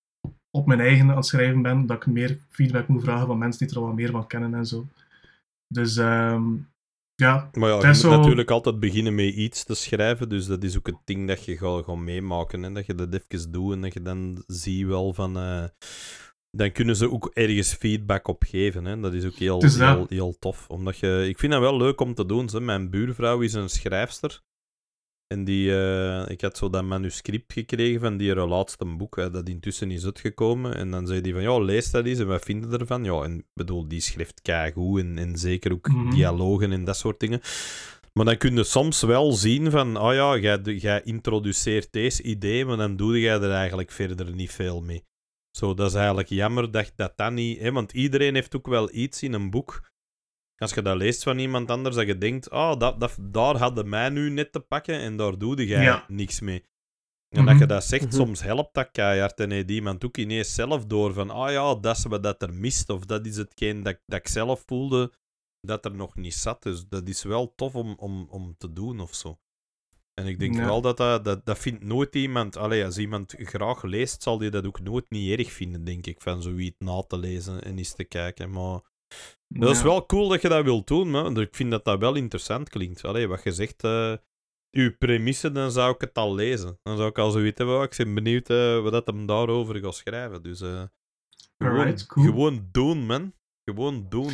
op mijn eigen aan het schrijven ben, dat ik meer feedback moet vragen van mensen die er al wat meer van kennen en zo. Dus um, ja. Maar ja, je dat is moet zo... natuurlijk altijd beginnen met iets te schrijven, dus dat is ook het ding dat je gaat gaan meemaken, hè? Dat je dat even doet en dat je dan ziet wel van... Uh, dan kunnen ze ook ergens feedback op geven, hè? Dat is ook heel, Dus heel, heel tof. Omdat je, ik vind dat wel leuk om te doen. Hè? Mijn buurvrouw is een schrijfster. En die, uh, ik had zo dat manuscript gekregen van die laatste boek, hè, dat intussen is uitgekomen. En dan zei hij van, ja, lees dat eens en wat vinden we ervan? Ja, en bedoel, die schrijft keigoed en, en zeker ook mm-hmm. dialogen en dat soort dingen. Maar dan kun je soms wel zien van, oh ja, jij, jij introduceert deze idee, maar dan doe jij er eigenlijk verder niet veel mee. Zo, dat is eigenlijk jammer dat dat, dat niet... Hè, want iedereen heeft ook wel iets in een boek. Als je dat leest van iemand anders, dat je denkt, oh, dat, dat, daar hadden mij nu net te pakken en daar doe jij ja. niks mee. En mm-hmm. dat je dat zegt, mm-hmm. soms helpt dat keihard en heeft iemand ook ineens zelf door van, ah oh ja, dat is wat dat er mist, of dat is hetgeen dat, dat ik zelf voelde dat er nog niet zat. Dus dat is wel tof om, om, om te doen of zo. En ik denk ja. wel dat dat, dat dat vindt nooit iemand... Allee, als iemand graag leest, zal die dat ook nooit niet erg vinden, denk ik, van zoiets na te lezen en eens te kijken. Maar dat ja. is wel cool dat je dat wilt doen, man. Ik vind dat dat wel interessant klinkt. Allee, wat je zegt, uh, uw premisse, dan zou ik het al lezen. Dan zou ik al zoiets hebben, ik ben benieuwd uh, wat dat hem daarover gaat schrijven. Dus uh, gewoon, Alright, cool. gewoon doen, man. Gewoon doen.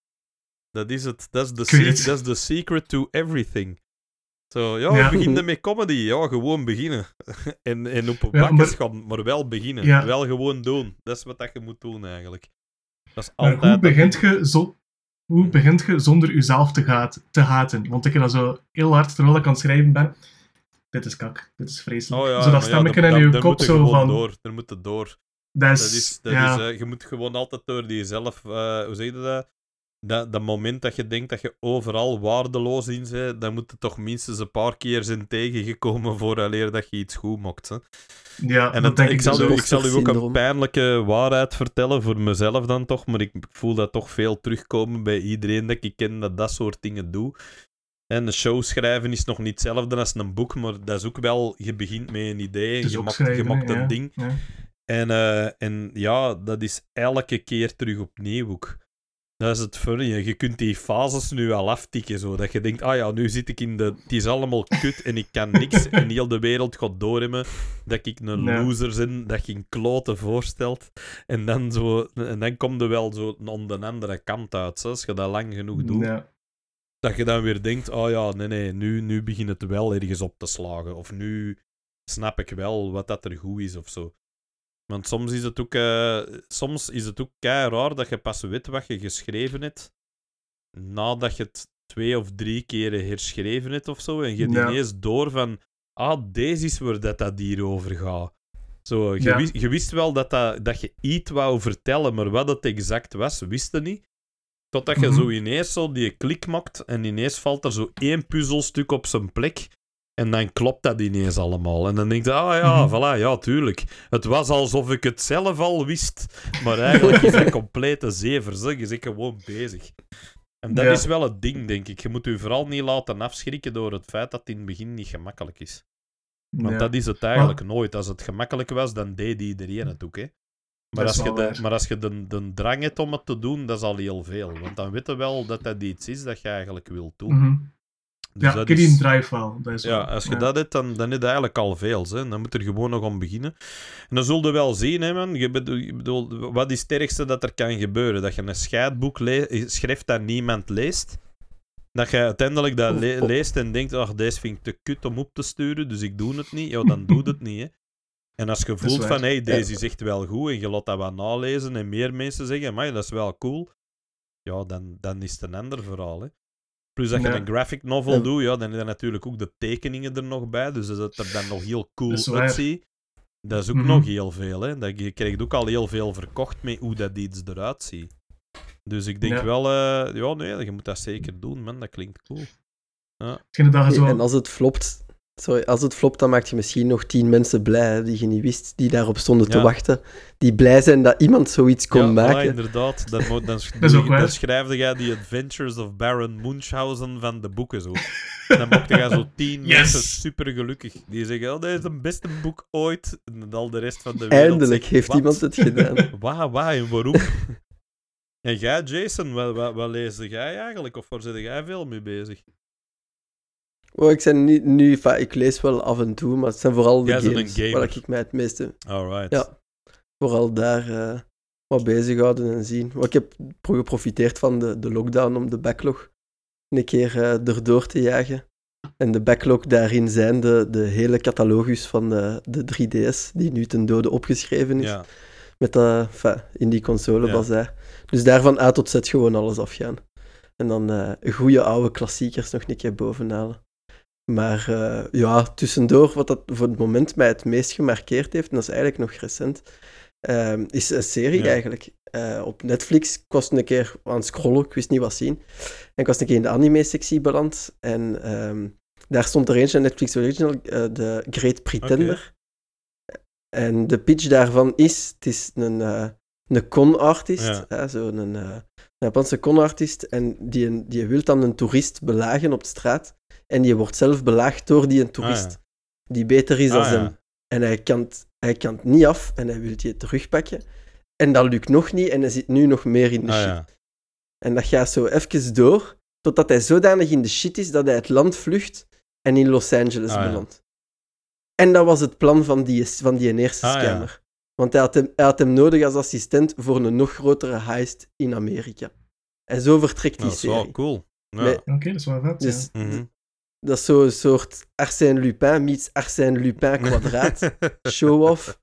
Dat is het. Dat is de se- that's the secret to everything. Zo, ja, ja. we beginnen met comedy. Ja, gewoon beginnen. en, en op een ja, bakkers maar... gaan, maar wel beginnen. Ja. Wel gewoon doen. Dat is wat dat je moet doen, eigenlijk. Dat is maar altijd... Hoe begint je, zo... hoe begint je zonder jezelf te, gaat, te haten? Want ik dat zo heel hard, terwijl ik aan het schrijven ben, dit is kak, dit is vreselijk. Oh ja, zo dat stemmetje ja, in je kop zo van... Door. Er moet het door. Dat is... Dat is, dat ja. is uh, je moet gewoon altijd door die zelf... Uh, hoe zeg je dat? Dat, dat moment dat je denkt dat je overal waardeloos in bent, dan moet het toch minstens een paar keer zijn tegengekomen vooraleer dat je iets goed maakt. Hè? Ja, en het, ik, zal u, ik zal u ook een pijnlijke waarheid vertellen voor mezelf dan toch, maar ik voel dat toch veel terugkomen bij iedereen dat ik ken dat dat soort dingen doet. En een show schrijven is nog niet hetzelfde als een boek, maar dat is ook wel, je begint met een idee en je maakt, je maakt een ja, ding. Ja. En, uh, en ja, dat is elke keer terug opnieuw ook. Dat is het funny. Je kunt die fases nu al aftikken, zo. Dat je denkt, ah ja, nu zit ik in de... Het is allemaal kut en ik kan niks. En heel de wereld gaat doorhebben dat ik een nee. loser ben, dat je een klote voorstelt. En dan, zo, en dan kom je wel zo aan de andere kant uit, zo, als je dat lang genoeg doet. Nee. Dat je dan weer denkt, oh ja, nee, nee, nu, nu begint het wel ergens op te slagen. Of nu snap ik wel wat dat er goed is, of zo. Want soms is het ook, uh, soms is het ook kei raar dat je pas weet wat je geschreven hebt nadat je het twee of drie keren herschreven hebt of zo. En je ja. ineens door van, ah, deze is waar dat, dat hier over gaat. Zo, je, ja. wist, je wist wel dat, dat, dat je iets wou vertellen, maar wat het exact was, wist je niet. Totdat je mm-hmm. zo ineens zo die klik maakt en ineens valt er zo één puzzelstuk op zijn plek. En dan klopt dat ineens allemaal. En dan denk je, ah ja, mm-hmm. voilà, ja, tuurlijk. Het was alsof ik het zelf al wist. Maar eigenlijk is dat complete zever. Zeg. Je bent gewoon bezig. En dat ja. is wel het ding, denk ik. Je moet je vooral niet laten afschrikken door het feit dat het in het begin niet gemakkelijk is. Want ja. dat is het eigenlijk maar... nooit. Als het gemakkelijk was, dan deed iedereen het ook, hè. Maar als, je de, maar als je de, de drang hebt om het te doen, dat is al heel veel. Want dan weet je wel dat dat iets is dat je eigenlijk wilt doen. Mm-hmm. Dus ja, ik heb die een drive wel. Dat is ja, wel. als je ja. dat hebt, dan, dan is het eigenlijk al veel. Hè. Dan moet er gewoon nog aan beginnen. En dan zul je wel zien, hè, man. Je bedoel, je bedoel, wat is het ergste dat er kan gebeuren? Dat je een scheidboek le- schrijft dat niemand leest. Dat je uiteindelijk dat le- leest en denkt, ach, deze vind ik te kut om op te sturen, dus ik doe het niet. Ja, dan doe het niet, hè. En als je voelt van, hé, hey, deze is echt wel goed, en je laat dat wat nalezen, en meer mensen zeggen, maar dat is wel cool, ja, dan, dan is het een ander verhaal, hè. Plus dat je ja. een graphic novel ja. doet, ja, dan heb je natuurlijk ook de tekeningen er nog bij, dus dat het er dan nog heel cool uitziet. Dat is ook mm-hmm. nog heel veel, hè. Dat, je krijgt ook al heel veel verkocht met hoe dat iets eruit ziet. Dus ik denk ja. wel, uh, ja, nee, je moet dat zeker doen, man. Dat klinkt cool. Ja. Nee, zo... En als het flopt, sorry, als het flopt, dan maak je misschien nog tien mensen blij, hè, die je niet wist, die daarop stonden ja. te wachten. Die blij zijn dat iemand zoiets kon ja, maken. Ja, inderdaad. Dan, dan, dan, dan schrijfde jij die Adventures of Baron Munchausen van de boeken zo. Dan maakte jij zo tien yes. mensen super gelukkig. Die zeggen, oh, dat is het beste boek ooit. En al de rest van de wereld Eindelijk zegt, heeft wat? iemand het gedaan. Waar, waar en waarom? En jij, Jason, wat, wat, wat leesde jij eigenlijk? Of waar zit jij veel mee bezig? Oh, ik, zijn nu, nu, ik lees wel af en toe, maar het zijn vooral de jij games waar ik mij het meeste... Alright. Ja, vooral daar uh, wat bezighouden en zien. Ik heb geprofiteerd van de, de lockdown om de backlog een keer uh, erdoor te jagen. En de backlog daarin zijn de, de hele catalogus van de, de drie D S, die nu ten dode opgeschreven is. Ja. Met dat, enfin, in die console Ja. bazaar. Dus daarvan A tot Z gewoon alles afgaan. En dan uh, goede oude klassiekers nog een keer bovenhalen. Maar uh, ja, tussendoor, wat dat voor het moment mij het meest gemarkeerd heeft, en dat is eigenlijk nog recent, uh, is een serie Ja. eigenlijk. Uh, op Netflix, ik was een keer aan het scrollen, ik wist niet wat zien. En ik was een keer in de anime-sectie beland. En um, daar stond er eentje, een Netflix original, uh, de Great Pretender. Okay. En de pitch daarvan is, het is een, uh, een con-artist, ja. zo'n een, uh, een Japanse con-artist, en die, die wil dan een toerist belagen op de straat. En die wordt zelf belaagd door die een toerist, ah, ja. die beter is dan ah, hem. Ja. En hij kan, hij kan het niet af en hij wil die terugpakken. En dat lukt nog niet en hij zit nu nog meer in de ah, shit. Ja. En dat gaat zo even door, totdat hij zodanig in de shit is dat hij het land vlucht en in Los Angeles ah, belandt. Ja. En dat was het plan van die, van die eerste ah, scammer. Ja. Want hij had, hem, hij had hem nodig als assistent voor een nog grotere heist in Amerika. En zo vertrekt die serie. Dat is wel cool. Ja. Oké, okay, dat is wel vet, dus, ja. Mm-hmm. Dat is zo'n soort Arsène Lupin meets Arsène Lupin kwadraat. Show-off.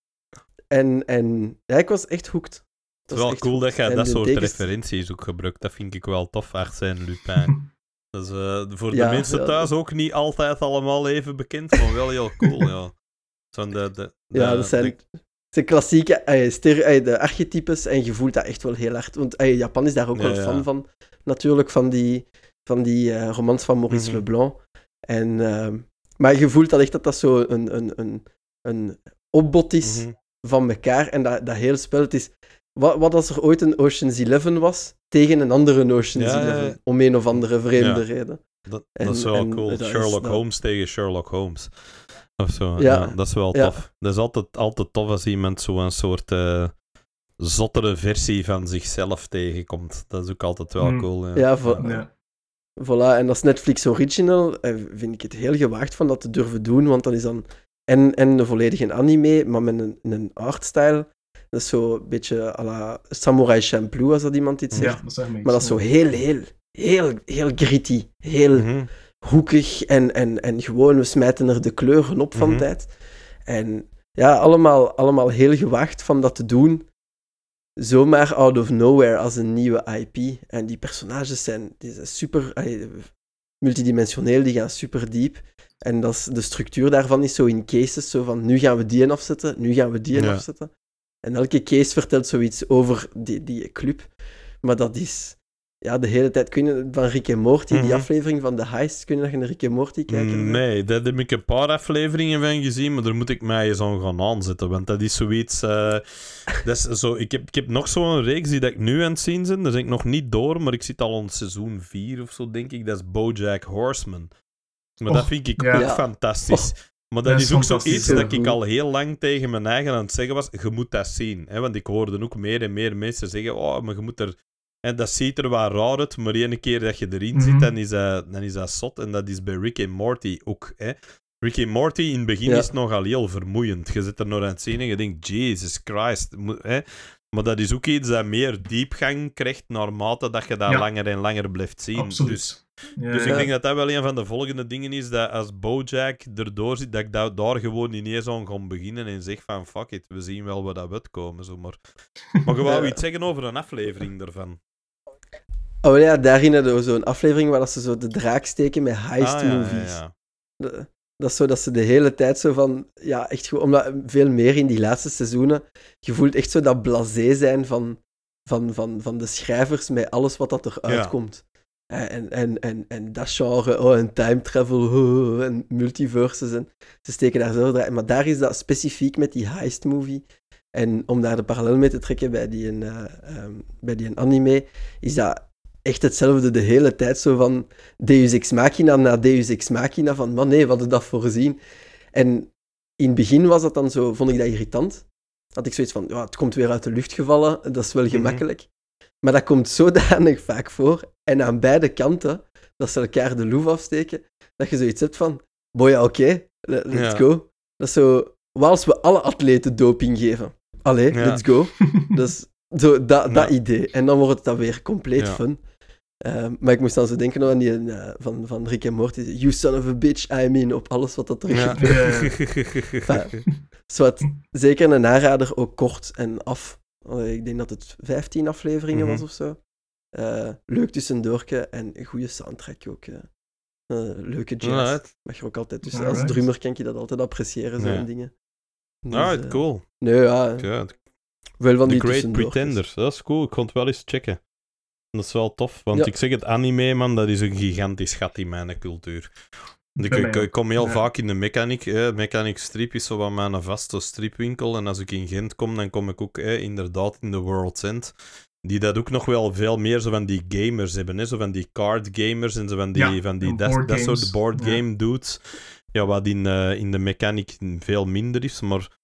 En, en ja, ik was echt hooked. Het is wel cool dat jij dat soort dekens... referenties ook gebruikt. Dat vind ik wel tof, Arsène Lupin. Dat is uh, voor de ja, mensen ja, thuis ook niet altijd allemaal even bekend, maar wel heel cool, ja. Zo'n de, de, de, ja, dat zijn de, de klassieke uh, ster- uh, de archetypes en je voelt dat echt wel heel hard. Want uh, Japan is daar ook ja, wel fan ja. van, natuurlijk, van die, van die uh, romans van Maurice mm-hmm. Leblanc. En, uh, maar je voelt dat echt dat dat zo een, een, een, een opbod is mm-hmm. van elkaar. En dat, dat hele spel, het is... Wat, wat als er ooit een Ocean's Eleven was, tegen een andere Ocean's ja, Eleven, ja. om een of andere vreemde ja. reden. Dat, en, dat is wel cool. Dat Sherlock is, Holmes dat... tegen Sherlock Holmes. Of zo. Ja. Ja, dat is wel tof. Ja. Dat is altijd, altijd tof als iemand zo'n soort uh, zottere versie van zichzelf tegenkomt. Dat is ook altijd wel mm. cool. Ja, ja, vo- ja. Voilà. En als Netflix Original vind ik het heel gewaagd van dat te durven doen, want dat is dan en, en een volledige anime, maar met een, een artstyle. Dat is zo een beetje à la Samurai Champloo, als dat iemand iets zegt. Ja, dat zeg maar, maar dat is zo heel, heel, heel, heel gritty. Heel mm-hmm. hoekig en, en, en gewoon, we smijten er de kleuren op van mm-hmm. tijd. En ja, allemaal, allemaal heel gewaagd van dat te doen. Zomaar out of nowhere als een nieuwe I P. En die personages zijn, die zijn super allee, multidimensioneel, die gaan super diep. En dat is, de structuur daarvan is zo in cases, zo van nu gaan we die afzetten, nu gaan we die ja. afzetten. En elke case vertelt zoiets over die, die club. Maar dat is... Ja, de hele tijd... Kun je van Rick en Morty, mm-hmm. die aflevering van The Heist, kun je nog naar Rick en Morty kijken? Nee, daar heb ik een paar afleveringen van gezien, maar daar moet ik mij eens aan gaan aanzetten, want dat is zoiets... Uh, dat is zo, ik, heb, ik heb nog zo'n reeks die dat ik nu aan het zien ben, daar ben ik nog niet door, maar ik zit al aan seizoen vier of zo, denk ik. Dat is BoJack Horseman. Maar oh, dat vind ik ja. ook ja. fantastisch. Oh. Maar dat, dat is, is ook zoiets dat ik al heel lang tegen mijn eigen aan het zeggen was, je moet dat zien. Hè? Want ik hoorde ook meer en meer mensen zeggen, oh, maar je moet er... En dat ziet er wel raar uit, maar ene keer dat je erin mm-hmm. zit, dan is, dat, dan is dat zot. En dat is bij Rick en Morty ook. Hè? Rick en Morty, in het begin ja. is het nogal heel vermoeiend. Je zit er nog aan het zien en je denkt, Jesus Christ. Hè? Maar dat is ook iets dat meer diepgang krijgt, naarmate dat je dat ja. langer en langer blijft zien. Absoluut. Dus... Ja, dus ja. ik denk dat dat wel een van de volgende dingen is, dat als BoJack erdoor zit, dat ik da- daar gewoon ineens aan ga beginnen en zeg van fuck it, we zien wel wat dat uitkomen. Zo maar maar je wou ja. iets zeggen over een aflevering daarvan. Oh ja, daarin hadden we zo'n aflevering waar ze zo de draak steken met heist ah, ja, movies. Ja, ja. Dat, dat is zo dat ze de hele tijd zo van, ja, echt gewoon, omdat veel meer in die laatste seizoenen, je voelt echt zo dat blasé zijn van, van, van, van de schrijvers met alles wat dat eruit ja. komt. En, en, en, en dat genre, oh, en time travel, oh, en multiverses. En ze steken daar zo draai. Maar daar is dat specifiek met die heist movie. En om daar de parallel mee te trekken bij die, uh, um, bij die anime, is dat echt hetzelfde de hele tijd. Zo van Deus Ex Machina naar Deus Ex Machina. Van, man nee, wat hadden dat voorzien? En in het begin was dat dan zo, vond ik dat irritant. Had ik zoiets van, ja, het komt weer uit de lucht gevallen. Dat is wel gemakkelijk. Mm-hmm. Maar dat komt zodanig vaak voor. En aan beide kanten, dat ze elkaar de loef afsteken, dat je zoiets hebt van, boy, ja, oké, okay, let's ja. go. Dat is zo, wat als we alle atleten doping geven? Allee, ja. let's go. Dat is zo, dat, dat ja. idee. En dan wordt het dan weer compleet ja. fun. Uh, maar ik moest dan zo denken aan die uh, van, van Rick en Morty. You son of a bitch, I mean, op alles wat dat terug Ja. gebeurt. enfin, zwart, zeker een aanrader, ook kort en af. Allee, ik denk dat het vijftien afleveringen Mm-hmm. was of zo. Uh, leuk tussendoorke en een goede soundtrack ook. Uh. Uh, leuke jazz. Alright. Mag je ook altijd, dus Alright. als drummer kan je dat altijd appreciëren, zo'n Ja. dingen. Dus, Alright, uh, cool. Nee, ja. Ja, Wel van The die Great tussendoortjes. Pretender, dat is cool. Ik kon het wel eens checken. Dat is wel tof, want Ja. ik zeg het, anime, man, dat is een gigantisch gat in mijn cultuur. Ik, Bij mij ik, ook. ik kom heel Ja. vaak in de mechanic. Eh. Mechanic Strip is zo wat mijn vaste stripwinkel. En als ik in Gent kom, dan kom ik ook eh, inderdaad in de World's End. Die dat ook nog wel veel meer zo van die gamers hebben. Hè? Zo van die card gamers en zo van die, Ja, van die en dat, board dat games. soort board Ja. game dudes. Ja, wat in, uh, in de mechanic veel minder is. Maar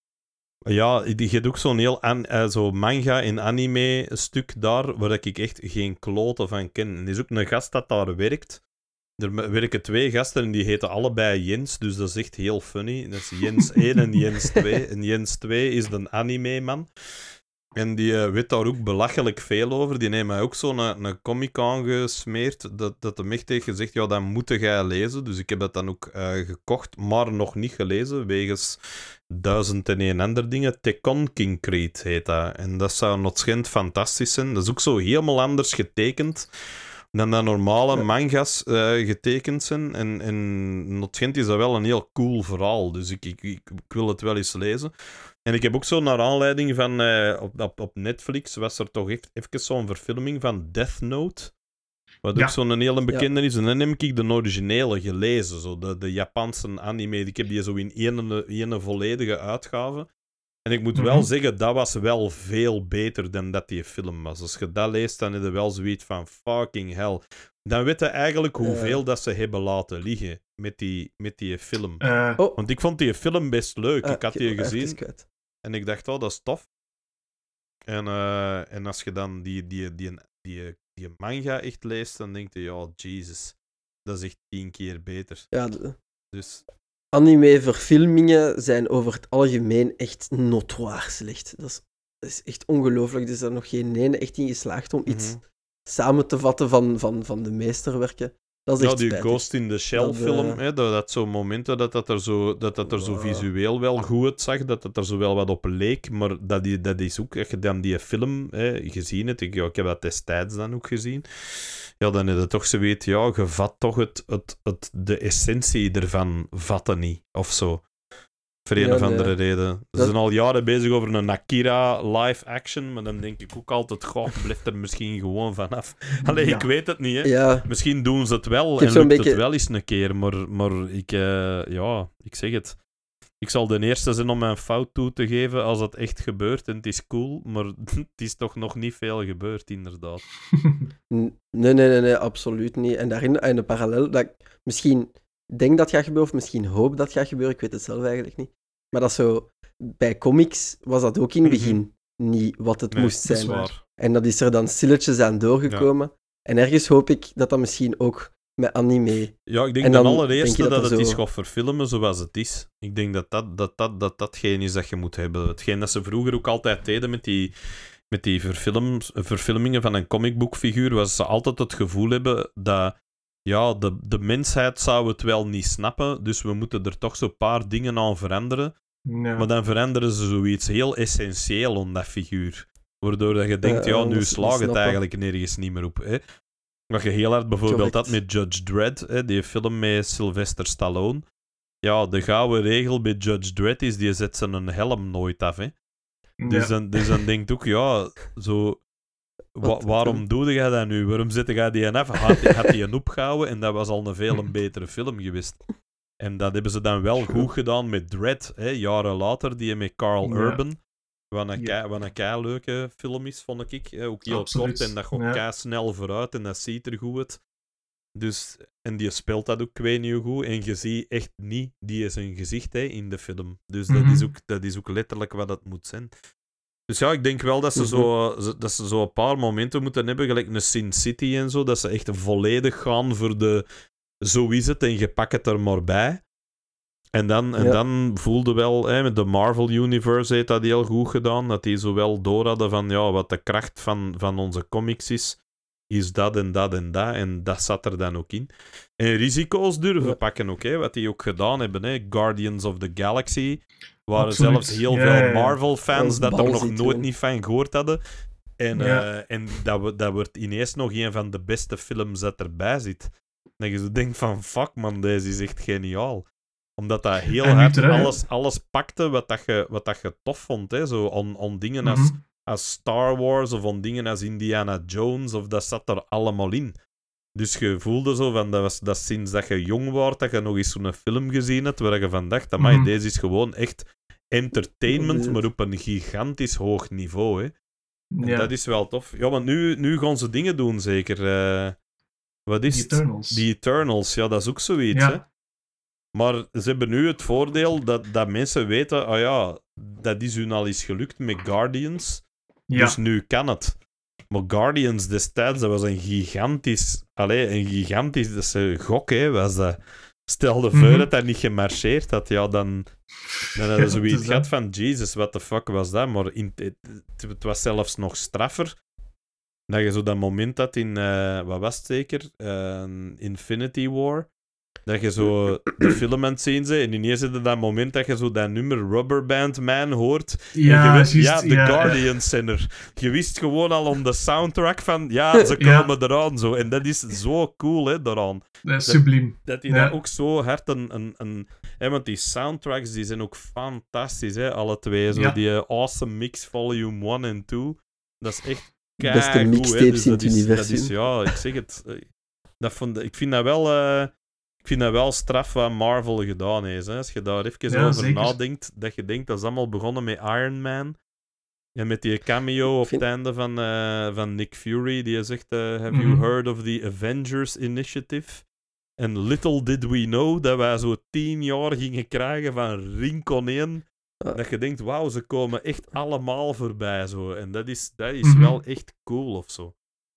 ja, je hebt ook zo'n heel an- uh, zo manga en anime stuk daar, waar ik echt geen kloten van ken. En er is ook een gast dat daar werkt. Er me- werken twee gasten en die heten allebei Jens, dus dat is echt heel funny. Dat is Jens één en Jens twee. En Jens twee is de anime-man. En die uh, weet daar ook belachelijk veel over. Die heeft mij ook zo'n een, een comic aangesmeerd, dat, dat hem echt heeft gezegd, ja, dat moet jij lezen. Dus ik heb dat dan ook uh, gekocht, maar nog niet gelezen, wegens duizend en een andere dingen. Tekken King Creed heet dat. En dat zou notschend fantastisch zijn. Dat is ook zo helemaal anders getekend dan dat normale Ja. manga's uh, getekend zijn. En, en notschend is dat wel een heel cool verhaal. Dus ik, ik, ik, ik wil het wel eens lezen. En ik heb ook zo naar aanleiding van... Uh, op, op, op Netflix was er toch echt even zo'n verfilming van Death Note. Wat Ja. ook zo'n hele bekende is. En dan heb ik de originele gelezen. Zo, de, de Japanse anime. Ik heb die zo in ene, ene volledige uitgave. En ik moet Mhm. wel zeggen, dat was wel veel beter dan dat die film was. Als je dat leest, dan heb je wel zoiets van fucking hell. Dan weet je eigenlijk hoeveel Uh. dat ze hebben laten liggen met die, met die film. Uh, Oh, Want ik vond die film best leuk. uh, ik had die even gezien. kwijt. En ik dacht, oh, dat is tof. En, uh, en als je dan die, die, die, die, die manga echt leest, dan denk je, ja, Jesus. Dat is echt tien keer beter. Ja, de Dus, anime-verfilmingen zijn over het algemeen echt notoir slecht. Dat is, dat is echt ongelooflijk. Er is er nog geen ene echt in geslaagd om iets mhm. samen te vatten van, van, van de meesterwerken. Dat is Ja, echt die spijtig. Ghost in the Shell Dat, film, uh, hè, dat, dat zo'n momenten dat dat er zo, dat dat er zo Wow. visueel wel goed uitzag, dat dat er zo wel wat op leek, maar dat, die, dat is ook, als je dan die film hè, gezien hebt, ik, ja, ik heb dat destijds dan ook gezien, ja, dan heb je toch zoiets, ja, je vat toch het, het, het, de essentie ervan vatten niet, of zo. Voor een Ja, of nee. andere reden. Ze Dat- zijn al jaren bezig over een Akira live-action, maar dan denk ik ook altijd, goh, blijf er misschien gewoon vanaf. Allee, Ja. ik weet het niet, hè. Ja, Misschien doen ze het wel heb en zo'n lukt beetje- het wel eens een keer, maar, maar ik, uh, ja, ik zeg het. Ik zal de eerste zijn om mijn fout toe te geven als het echt gebeurt en het is cool, maar het is toch nog niet veel gebeurd, inderdaad. N- Nee, nee, nee, nee, absoluut niet. En daarin, in de parallel, dat ik misschien denk dat gaat gebeuren, of misschien hoop dat gaat gebeuren, ik weet het zelf eigenlijk niet. Maar dat zo, bij comics was dat ook in het begin niet wat het Nee, moest dat is zijn. waar. En dat is er dan stilletjes aan doorgekomen. En ergens hoop ik dat dat misschien ook met anime... Ja, ik denk En de dan allereerste denk je dat dat, er het is zo- gaat verfilmen zoals het is. Ik denk dat dat, dat, dat, dat datgene is dat je moet hebben. Hetgeen dat ze vroeger ook altijd deden met die, met die verfilms, verfilmingen van een comicboekfiguur, was ze altijd het gevoel hebben dat ja, de, de mensheid zou het wel niet snappen, dus we moeten er toch zo'n paar dingen aan veranderen. ja. Maar dan veranderen ze zoiets heel essentieel aan dat figuur. Waardoor dat je denkt, Ja, ja, dat nu ze slaagt het snappen. eigenlijk nergens niet meer op. Hè. Wat je heel hard bijvoorbeeld Correct. had met Judge Dredd, hè, die film met Sylvester Stallone. Ja, de gouden regel bij Judge Dredd is, die zet zijn helm nooit af. Hè. Dus, Ja. dan, dus dan denk ik ook, ja, zo... Wa- Wat- waarom doe jij dat nu? Waarom zet jij die af? Had, had hij een opgehouden en dat was al een veel een betere film geweest. En dat hebben ze dan wel goed gedaan met Dredd, hè, jaren later, die met Carl Ja. Urban. Wat een, Ja. kei, wat een kei leuke film is, vond ik. Hè. Ook heel Absoluut. kort en dat gaat Ja. kei snel vooruit en dat ziet er goed uit. Dus, en die speelt dat ook, ik weet niet hoe goed. En je ziet echt niet die is een gezicht hè, in de film. Dus dat, Mhm. is ook, dat is ook letterlijk wat het moet zijn. Dus ja, ik denk wel dat ze, Mhm. zo, zo- dat ze zo een paar momenten moeten hebben, gelijk een Sin City en zo, dat ze echt volledig gaan voor de zo is het en je pakt het er maar bij. En dan, en Ja. dan voelde wel, hè, met de Marvel Universe heeft dat heel goed gedaan, dat die zo wel door hadden van ja, wat de kracht van, van onze comics is. is dat en dat en dat. En dat zat er dan ook in. En risico's durven Ja. pakken ook, hè, wat die ook gedaan hebben. Hè. Guardians of the Galaxy waren Absoluut. zelfs heel Ja, veel ja, ja. Marvel-fans Dat dat is er nog balzit, nooit man. niet van gehoord hadden. En, Ja. eh, en dat, we- dat wordt ineens nog een van de beste films dat erbij zit. Dat je zo denkt van, fuck man, deze is echt geniaal. Omdat dat heel En nu hard terug, hè? alles, alles pakte wat, dat je, wat dat je tof vond. Hè? Zo on, on dingen als, Mhm. als Star Wars of on dingen als Indiana Jones. Of dat zat er allemaal in. Dus je voelde zo van, dat was dat sinds dat je jong was, dat je nog eens zo'n film gezien hebt, waar je van dacht, amai, Mhm. deze is gewoon echt entertainment, maar op een gigantisch hoog niveau. Hè? En Ja. dat is wel tof. Ja, want nu, nu gaan ze dingen doen, zeker. Eh, wat is The het? Eternals. Die Eternals, ja, dat is ook zoiets, Ja. hè. Maar ze hebben nu het voordeel dat, dat mensen weten, ah ja, dat is hun al eens gelukt met Guardians, Ja. dus nu kan het. Maar Guardians destijds, dat was een gigantisch, allee, een gigantisch, dat is een gok, hè, was dat. Stel de voor Mhm. dat dat niet gemarcheerd had, ja, dan, dan hadden Ja, ze het zoiets is gehad dat. van, Jesus, what the fuck was dat? Maar in, het, het was zelfs nog straffer. Dat je zo dat moment had in, eh, wat was het zeker? Eh, Infinity War. Dat je zo de film aan het zien bent en ineens is er dat moment dat je zo dat nummer Rubber Band Man hoort. En Ja, je wist, juist, ja, de ja, Guardians zijn er. Je wist gewoon al om de soundtrack van, ja, ze Ja. komen eraan zo. En dat is zo cool, hè, daaraan. Dat is subliem. Dat die Ja. dat ook zo hard een... een, een hè, want die soundtracks die zijn ook fantastisch, hè, alle twee. Zo Ja. die eh, Awesome Mix Volume one en two. Dat is echt De beste keigoed, hè. mixtapes Dus in dat het is- dat universum. is, ja, ik zeg het. eh, Dat vond, ik vind dat wel... eh, ik vind dat wel straf wat Marvel gedaan heeft. Hè. Als je daar even Ja, over zeker. nadenkt, dat je denkt, dat is allemaal begonnen met Iron Man. En met die cameo op vind- het einde van, eh, van Nick Fury, die zegt, eh, have you Mhm. heard of the Avengers Initiative? En little did we know dat wij zo tien jaar gingen krijgen van Rincon één. Ja. Dat je denkt, wauw, ze komen echt allemaal voorbij. Zo. En dat is, dat is Mhm. wel echt cool of zo.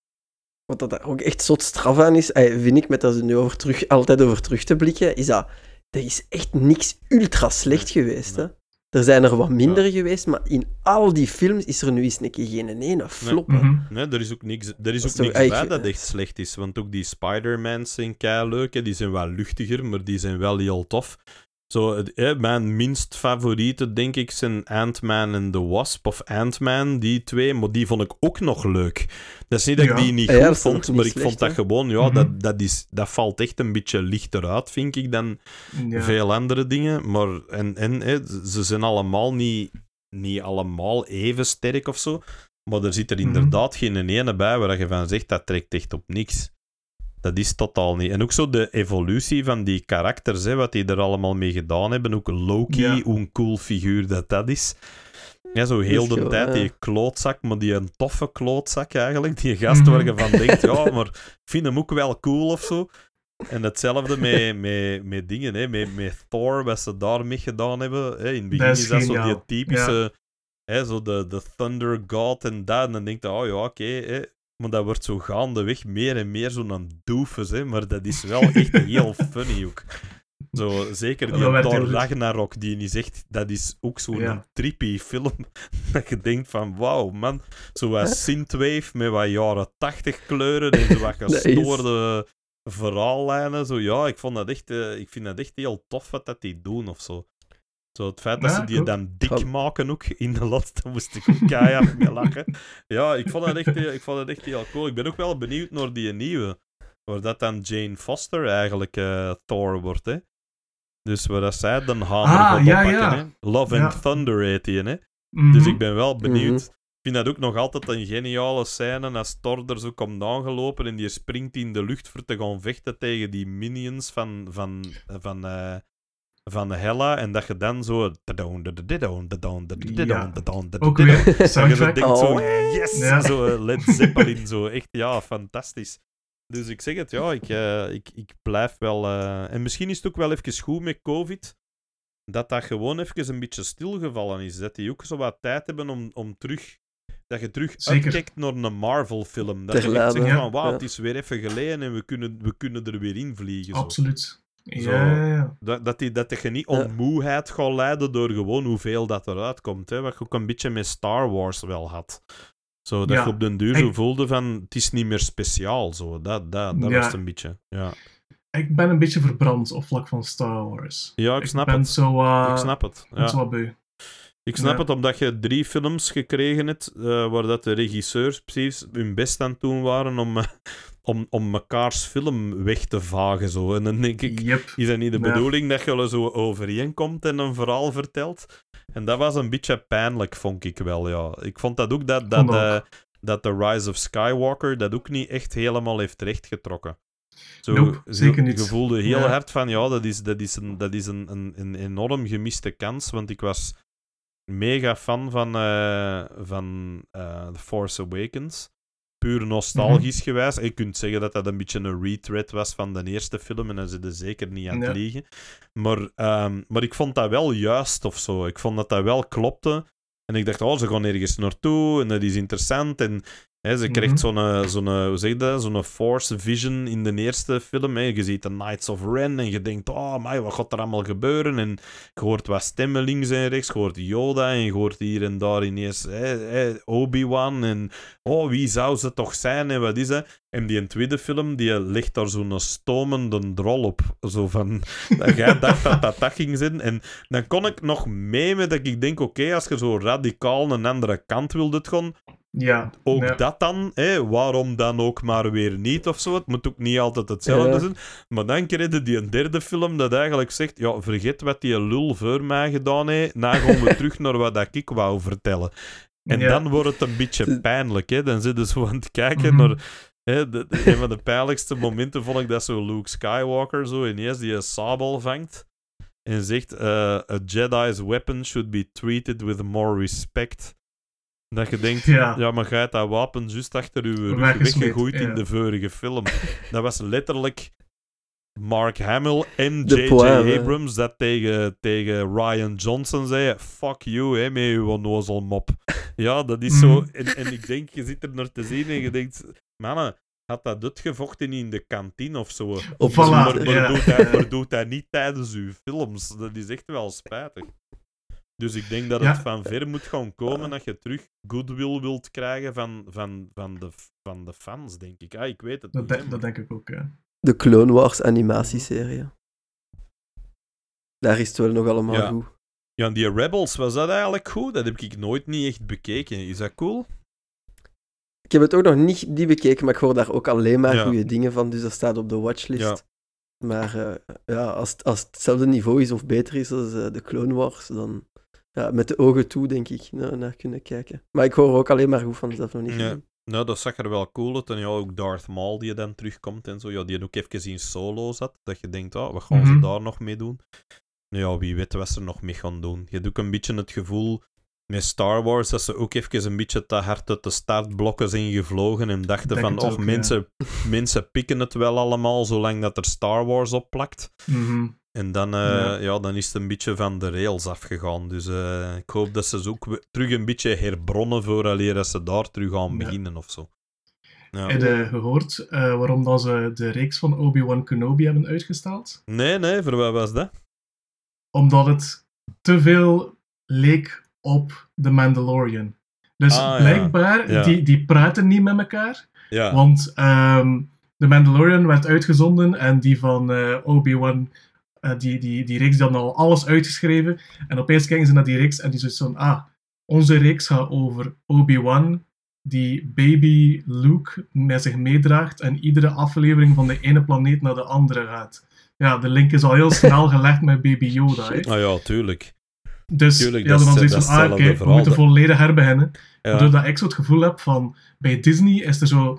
Wat dat daar ook echt zot straf aan is, eh, vind ik, met dat ze nu over terug, altijd over terug te blikken, is dat er is echt niks ultra slecht geweest. Hè? Er zijn er wat minder geweest, maar in al die films is er nu eens een keer geen ene flop. hè. Mhm. Nee, er is ook niks, er is Dat ook is toch niks eigenlijk- bij dat echt slecht is. Want ook die Spider-Mans zijn kei leuk. Hè. Die zijn wel luchtiger, maar die zijn wel heel tof. Zo, het- hè, mijn minst favoriete, denk ik, zijn Ant-Man en The Wasp. Of Ant-Man, die twee. Maar die vond ik ook nog leuk. Dat is niet dat Ja. ik die niet Ja, goed dat is nog vond, niet maar ik slecht, vond dat hè. gewoon... Ja, Mhm. dat, dat, is, dat valt echt een beetje lichter uit, vind ik, dan Ja. veel andere dingen. Maar en, en, hè, ze zijn allemaal niet, niet allemaal even sterk of zo. Maar er zit er Mhm. inderdaad geen ene bij waar je van zegt, dat trekt echt op niks. Dat is totaal niet. En ook zo de evolutie van die karakters, hè, wat die er allemaal mee gedaan hebben. Ook Loki, Ja. hoe een cool figuur dat dat is. Ja, zo heel is de gewoon, tijd ja. die klootzak, maar die een toffe klootzak eigenlijk. Die gast Mhm. waar je van denkt, ja, maar ik vind hem ook wel cool of zo. En hetzelfde met, met, met dingen, hè, met, met Thor, wat ze daarmee gedaan hebben. Hè. In het begin Dat is, is dat zo die geniaal. typische, hè, zo de, de Thunder God en dat. En dan denk je, oh ja, oké. hè. Maar dat wordt zo gaandeweg meer en meer zo'n doofus, hè. Maar dat is wel echt heel funny ook. Zo, zeker die Dat werd heel Thor goed. Ragnarok, die niet zegt, dat is ook zo'n Ja. trippy film. Dat je denkt van, wauw, man. Zo wat synthwave met wat jaren tachtig kleuren en zo wat Nice. gestoorde verhaallijnen. Zo, ja, ik, vond dat echt, eh, ik vind dat echt heel tof wat dat die doen of zo. Zo, het feit dat Ja, ze die cool. dan dik Van- maken ook in de laatste, moest ik ook keihard mee lachen. Ja, ik vond, dat echt, heel- ik vond dat echt heel cool. Ik ben ook wel benieuwd naar die nieuwe. Waar dat dan Jane Foster eigenlijk eh, Thor wordt, hè. Dus waar dat zij dan hamer Ah, gaat ja, oppakken, ja. hè. Love Ja. and Thunder heet die, hè. Mhm. Dus ik ben wel benieuwd. Mhm. Ik vind dat ook nog altijd een geniale scène als Thor er zo komt aangelopen en die springt in de lucht voor te gaan vechten tegen die minions van, van, van, eh, van Hela. En dat je dan zo... Ook weer Dat je zo soundtrack. denkt zo, Oh. yes! Ja. Zo eh, Led Zeppelin, zo. Echt, ja, fantastisch. Dus ik zeg het, ja, ik, eh, ik, ik blijf wel... eh, En misschien is het ook wel even goed met COVID, dat dat gewoon even een beetje stilgevallen is. Dat die ook zo wat tijd hebben om, om terug... Dat je terug Zeker. uitkijkt naar een Marvel-film. Dat je echt Terladen, zegt van, ja. wauw, Ja. het is weer even geleden en we kunnen, we kunnen er weer in vliegen. Zo. Absoluut. Zo. Ja, ja, ja. Dat, dat, die, dat je niet Ja. om moeheid gaat leiden door gewoon hoeveel dat eruit komt. Hè? Wat je ook een beetje met Star Wars wel had. Zo, dat Ja. je op den duur zo Ik- voelde van, het is niet meer speciaal, zo. Dat, dat, dat Ja. was het een beetje, ja. Ik ben een beetje verbrand op vlak van Star Wars. Ja, ik snap ben het. Zo, uh, Ik snap het, ben zo ja. wat beu. Ik snap Ja. het, omdat je drie films gekregen hebt, uh, waar dat de regisseurs precies hun best aan het doen waren om, uh, om, om mekaars film weg te vagen, zo. En dan denk ik, Yep. is dat niet de Ja. bedoeling dat je zo overeenkomt en een verhaal vertelt? En dat was een beetje pijnlijk, vond ik wel, ja. Ik vond dat ook dat, dat, Vond uh, ook. dat The Rise of Skywalker dat ook niet echt helemaal heeft rechtgetrokken. Zo, Nope, zeker je, niet. Je voelde heel Ja. hard van, ja, dat is, dat is, een, dat is een, een, een enorm gemiste kans, want ik was mega fan van, uh, van uh, The Force Awakens. Puur nostalgisch Mhm. gewijs. Je kunt zeggen dat dat een beetje een retread was van de eerste film, en dan zit er zeker niet aan het Ja. liegen. Maar, um, maar ik vond dat wel juist of zo. Ik vond dat dat wel klopte. En ik dacht, oh, ze gaan ergens naartoe en dat is interessant. En hè, ze krijgt Mhm. zo'n, zo'n, hoe zeg je dat, zo'n Force Vision in de eerste film. Hè. Je ziet de Knights of Ren en je denkt, oh, my, wat gaat er allemaal gebeuren? En je hoort wat stemmen links en rechts. Je hoort Yoda en je hoort hier en daar ineens hè, hè, Obi-Wan. En oh, wie zou ze toch zijn en wat is dat? En die tweede film, die legt daar zo'n stomende drol op. Zo van, dat jij dacht dat dat dat ging zijn. En dan kon ik nog mee met dat ik denk, oké, okay, als je zo radicaal een andere kant wilde gaan, Ja. ook ja. dat dan, hè? Waarom dan ook maar weer niet of zo? Het moet ook niet altijd hetzelfde Ja. zijn. Maar dan kreeg je die een derde film dat eigenlijk zegt, ja, vergeet wat die lul voor mij gedaan heeft, dan gaan we terug naar wat dat ik wou vertellen. En Ja. dan wordt het een beetje pijnlijk, hè? Dan zit je zo aan het kijken Mhm. naar... Hè, de, de- een van de pijnlijkste momenten vond ik dat zo Luke Skywalker zo ineens die een sabel vangt en zegt, uh, a Jedi's weapon should be treated with more respect. Dat je denkt, ja, Ja. maar jij hebt dat wapen juist achter uw rug Weggesmeed, weggegooid ja. in de vorige film. Dat was letterlijk Mark Hamill en De J J poème, hè. Abrams dat tegen, tegen Ryan Johnson zei, fuck you, hè, met uw onnozelmop. Ja, dat is zo... Mhm. En, en ik denk, je zit er naar te zien en je denkt, mannen, had dat uitgevochten in de kantine of zo? Op Voilà, maar, maar, ja. doet hij, maar doet hij niet tijdens uw films? Dat is echt wel spijtig. Dus ik denk dat het Ja. van ver moet gaan komen dat je terug goodwill wilt krijgen van, van, van, de, van de fans, denk ik. Ah, ik weet het Dat, niet. de- hè, dat maar- denk ik ook, ja. De Clone Wars animatieserie. Daar is het wel nog allemaal Ja. goed. Ja, en die Rebels, was dat eigenlijk goed? Dat heb ik nooit niet echt bekeken. Is dat cool? Ik heb het ook nog niet die bekeken, maar ik hoor daar ook alleen maar Ja. goede dingen van, dus dat staat op de watchlist. Ja. Maar uh, ja, als, het, als het hetzelfde niveau is of beter is als uh, de Clone Wars, dan ja, met de ogen toe, denk ik, naar, naar kunnen kijken. Maar ik hoor ook alleen maar goed van, dus dat heb ik nog niet Ja. gezien. Nou, dat zag er wel cool uit. En ja, ook Darth Maul die dan terugkomt en zo. Ja, die ook even in Solo zat. Dat je denkt, oh, wat gaan Mhm. ze daar nog mee doen? Ja, wie weet wat ze er nog mee gaan doen. Je hebt ook een beetje het gevoel met Star Wars dat ze ook even een beetje te hard uit de startblokken zijn gevlogen en dachten Denk van, het oh, ook, ja. mensen, mensen pikken het wel allemaal zolang dat er Star Wars op plakt. Mhm. En dan, uh, Ja. ja, dan is het een beetje van de rails afgegaan. Dus uh, ik hoop dat ze ze ook we- terug een beetje herbronnen vooraleer dat ze daar terug gaan Ja. beginnen of zo. Ja. Heb je gehoord uh, waarom dat ze de reeks van Obi-Wan Kenobi hebben uitgesteld? Nee, nee, voor wat was dat? Omdat het te veel leek op The Mandalorian. Dus Ah, ja. blijkbaar, Ja. Die, die praten niet met elkaar. Ja, Want ehm The Mandalorian werd uitgezonden en die van eh, Obi-Wan, eh, die, die, die reeks, die hadden al alles uitgeschreven. En opeens kijken ze naar die reeks en die zoiets van, ah, onze reeks gaat over Obi-Wan, die baby Luke met zich meedraagt en iedere aflevering van de ene planeet naar de andere gaat. Ja, de link is al heel snel gelegd met Baby Yoda. Hè. ah, ja, tuurlijk. Dus Tuurlijk, ja, dat dan is- zoiets dat van, is ah, oké, hetzelfde we moeten verhaal. volledig herbeginnen. Ja. Doordat ik zo het gevoel heb van, bij Disney is er zo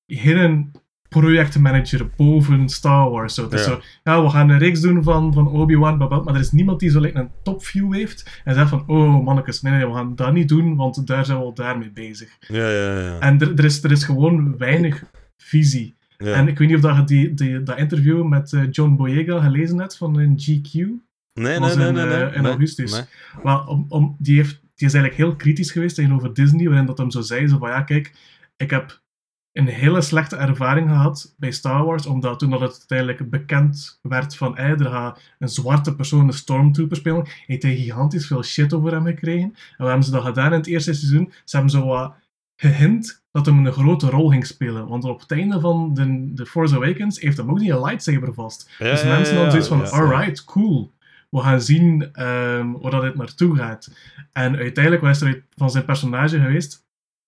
geen projectmanager boven Star Wars. Zo. Het is Ja. zo, ja, we gaan een reeks doen van, van Obi-Wan, blablabla, maar er is niemand die zo like, een topview heeft en zegt van, oh mannetjes, nee, nee, we gaan dat niet doen, want daar zijn we al daarmee bezig. Ja, ja, ja. En er, er, is, er is gewoon weinig visie. ja. En ik weet niet of dat je die, die, dat interview met uh, John Boyega gelezen hebt van een G Q. nee, nee, was nee, in, nee, nee. eh, in nee, augustus. nee. Maar om, om, die, heeft, die is eigenlijk heel kritisch geweest tegenover Disney, waarin dat hem zo zei, zo van ja, kijk, ik heb een hele slechte ervaring gehad bij Star Wars, omdat toen dat het uiteindelijk bekend werd van, hey, er gaat een zwarte persoon een Stormtrooper spelen, heeft hij gigantisch veel shit over hem gekregen. En wat hebben ze dat gedaan in het eerste seizoen? Ze hebben zo wat gehint dat hij een grote rol ging spelen. Want op het einde van de, de Force Awakens heeft hij ook niet een lightsaber vast. Ja, dus ja, mensen ja, hadden zoiets van, ja, ja. alright, cool. We gaan zien um, waar dat dit naartoe gaat. En uiteindelijk was er van zijn personage geweest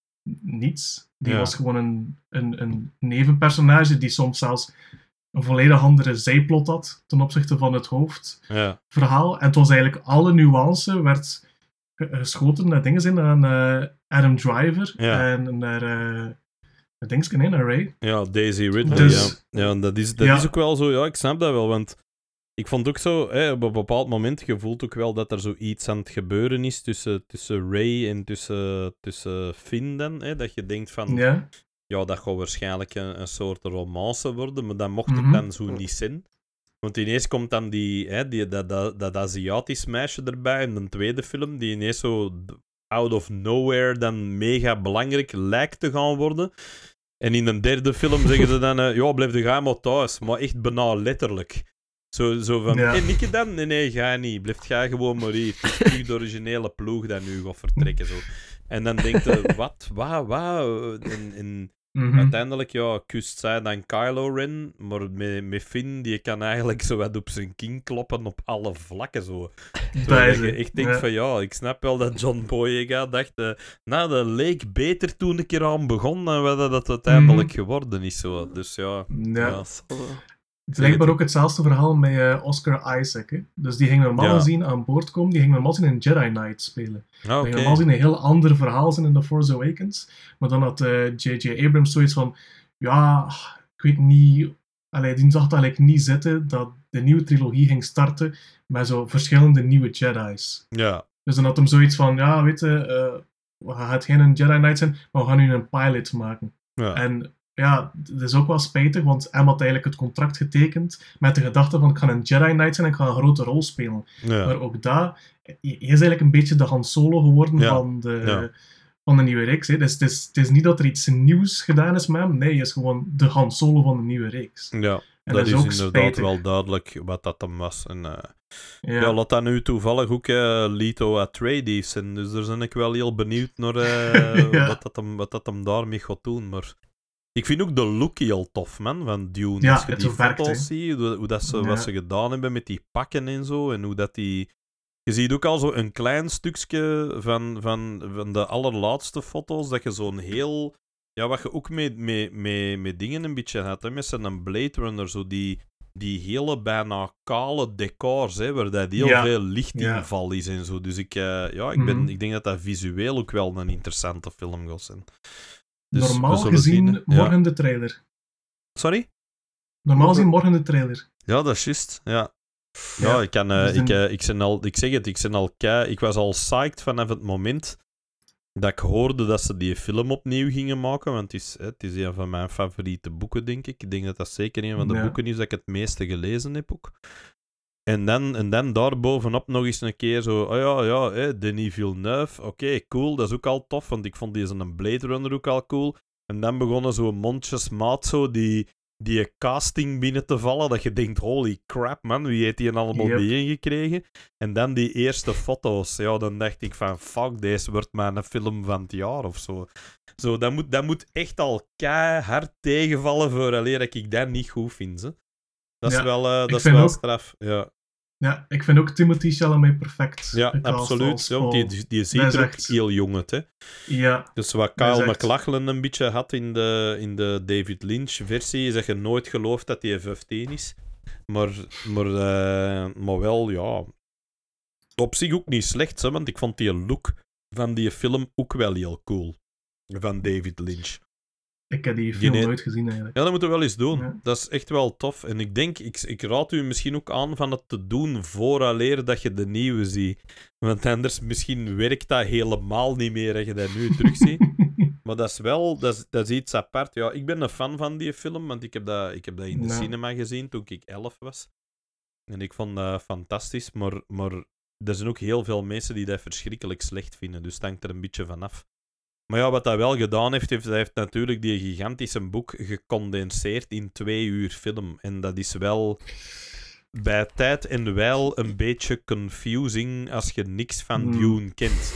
niets. Die Ja. was gewoon een, een, een nevenpersonage die soms zelfs een volledig andere zijplot had ten opzichte van het hoofdverhaal. Ja. En het was eigenlijk alle nuance werd geschoten naar dingen in, aan uh, Adam Driver Ja. en naar uh, het dingetje in, naar Ray. Ja, Daisy Ridley, Dus- ja. Ja, dat, is, dat Ja. is ook wel zo, ja, ik snap dat wel, want ik vond ook zo, hè, op een bepaald moment, je voelt ook wel dat er zoiets aan het gebeuren is tussen, tussen Ray en tussen, tussen Finn dan, hè, dat je denkt van, ja, Ja. dat gaat waarschijnlijk een, een soort romance worden, maar dat mocht Mhm. het dan zo niet zijn. Want ineens komt dan die, hè, die, dat, dat, dat Aziatisch meisje erbij in de tweede film, die ineens zo out of nowhere dan mega belangrijk lijkt te gaan worden. En in een derde film zeggen ze dan, uh, ja, blijf de ga maar thuis. Maar echt bijna letterlijk. Zo, zo van, Ja. hé, hey, Nikke dan? Nee, nee, ga niet. Blijf ga gewoon maar hier. Het is terug de originele ploeg dat nu gaat vertrekken. Zo. En dan denkt je, wat, wat, wat? En, en Mhm. uiteindelijk, ja, kust zij dan Kylo Ren, maar met, met Finn, die kan eigenlijk zo wat op zijn kin kloppen op alle vlakken. Zo. Zo dat je echt denkt Ja. van, ja, ik snap wel dat John Boyega dacht, uh, nou, dat leek beter toen ik eraan begon dan wat dat uiteindelijk Mhm. geworden is. Zo. Dus ja, Ja. ja. Het is blijkbaar ook hetzelfde verhaal met uh, Oscar Isaac. Hè? Dus die ging normaal Ja. gezien aan boord komen, die ging normaal gezien een Jedi Knight spelen. Ah, Die oké. ging normaal gezien een heel ander verhaal zijn in The Force Awakens. Maar dan had uh, J J Abrams zoiets van, ja, ik weet niet... Allee, die zag het eigenlijk niet zitten dat de nieuwe trilogie ging starten met zo verschillende nieuwe Jedi's. Ja, Dus dan had hem zoiets van, ja, weet je, uh, we gaan het geen een Jedi Knight zijn, maar we gaan nu een pilot maken. ja. En ja, het is ook wel spijtig, want Em had eigenlijk het contract getekend met de gedachte van ik ga een Jedi Knight zijn en ik ga een grote rol spelen. ja. Maar ook daar, hij is eigenlijk een beetje de Han Solo geworden Ja. van, de, Ja. van de nieuwe reeks. Hè. Dus het is, het is niet dat er iets nieuws gedaan is met hem, nee, hij is gewoon de Han Solo van de nieuwe reeks. Ja, En dat is, ook inderdaad spijtig. wel duidelijk wat dat dan was. En, uh, Ja. ja, laat dat nu toevallig ook uh, Leto Atreides zijn. Dus daar ben ik wel heel benieuwd naar uh, Ja. wat, dat hem, wat dat hem daarmee gaat doen. Maar ik vind ook de look heel tof, man, van Dune. Ja, Als je het die werkt, foto's hè. ziet, hoe, hoe dat ze, Ja. wat ze gedaan hebben met die pakken en zo. En hoe dat die... Je ziet ook al zo een klein stukje van, van, van de allerlaatste foto's, dat je zo'n heel... Ja, wat je ook met, met, met, met dingen een beetje had, hè, met zo'n Blade Runner, zo die, die hele bijna kale decors, hè, waar dat heel Ja. veel lichtinval Ja. is en zo. Dus ik, uh, ja, ik, ben, Mhm. ik denk dat dat visueel ook wel een interessante film gaat zijn. Dus Normaal we zullen gezien, zien, hè. morgen Ja. de trailer. Sorry? Normaal Morgen- gezien, morgen de trailer. Ja, dat is juist. Ja. Ja, Ja, ik, kan, uh, dus ik, dan- uh, ik, ben al, ik zeg het, ik, ben al kei, ik was al psyched vanaf het moment dat ik hoorde dat ze die film opnieuw gingen maken, want het is, hè, het is een van mijn favoriete boeken, denk ik. Ik denk dat dat zeker een van de Ja. boeken is dat ik het meeste gelezen heb ook. En dan, en dan daarbovenop nog eens een keer zo, oh ja, ja, hè, Denis Villeneuve, oké, cool, dat is ook al tof, want ik vond deze een Blade Runner ook al cool. En dan begonnen zo'n mondjesmaat zo die, die casting binnen te vallen, dat je denkt, holy crap man, wie heeft die allemaal Yep. bijeengekregen? En dan die eerste foto's, ja, dan dacht ik van, fuck, deze wordt mijn film van het jaar of zo. Zo, dat moet, dat moet echt al keihard tegenvallen vooraleer dat ik dat niet goed vind, hè. Dat is Ja, wel, uh, ik dat is vind wel ook- straf, ja. Ja, ik vind ook Timothy Chalamet perfect Ja, gecast absoluut. als Ja, want Paul. die, die ziet Dat is er ook echt- heel jong uit, hè. Ja, Dus wat Dat is Kyle echt- MacLachlan een beetje had in de, in de David Lynch-versie, is dat je nooit gelooft dat hij vijftien is. Maar, maar, uh, maar wel, ja... Op zich ook niet slecht, hè, want ik vond die look van die film ook wel heel cool. Van David Lynch. ik heb die film Die ne- nooit gezien eigenlijk. Ja, dat moeten we wel eens doen. Ja. Dat is echt wel tof. En ik denk, ik, ik raad u misschien ook aan van het te doen vooraleer dat je de nieuwe ziet. Want anders misschien werkt dat helemaal niet meer dat je dat nu terugziet. Maar dat is wel, dat is, dat is iets apart. Ja, ik ben een fan van die film, want ik heb dat, ik heb dat in de Ja. cinema gezien toen ik elf was. En ik vond dat fantastisch, maar, maar er zijn ook heel veel mensen die dat verschrikkelijk slecht vinden. Dus het hangt er een beetje van af. Maar ja, wat hij wel gedaan heeft, heeft hij heeft natuurlijk die gigantische boek gecondenseerd in twee uur film. En dat is wel bij tijd en wel een beetje confusing als je niks van Hmm. Dune kent.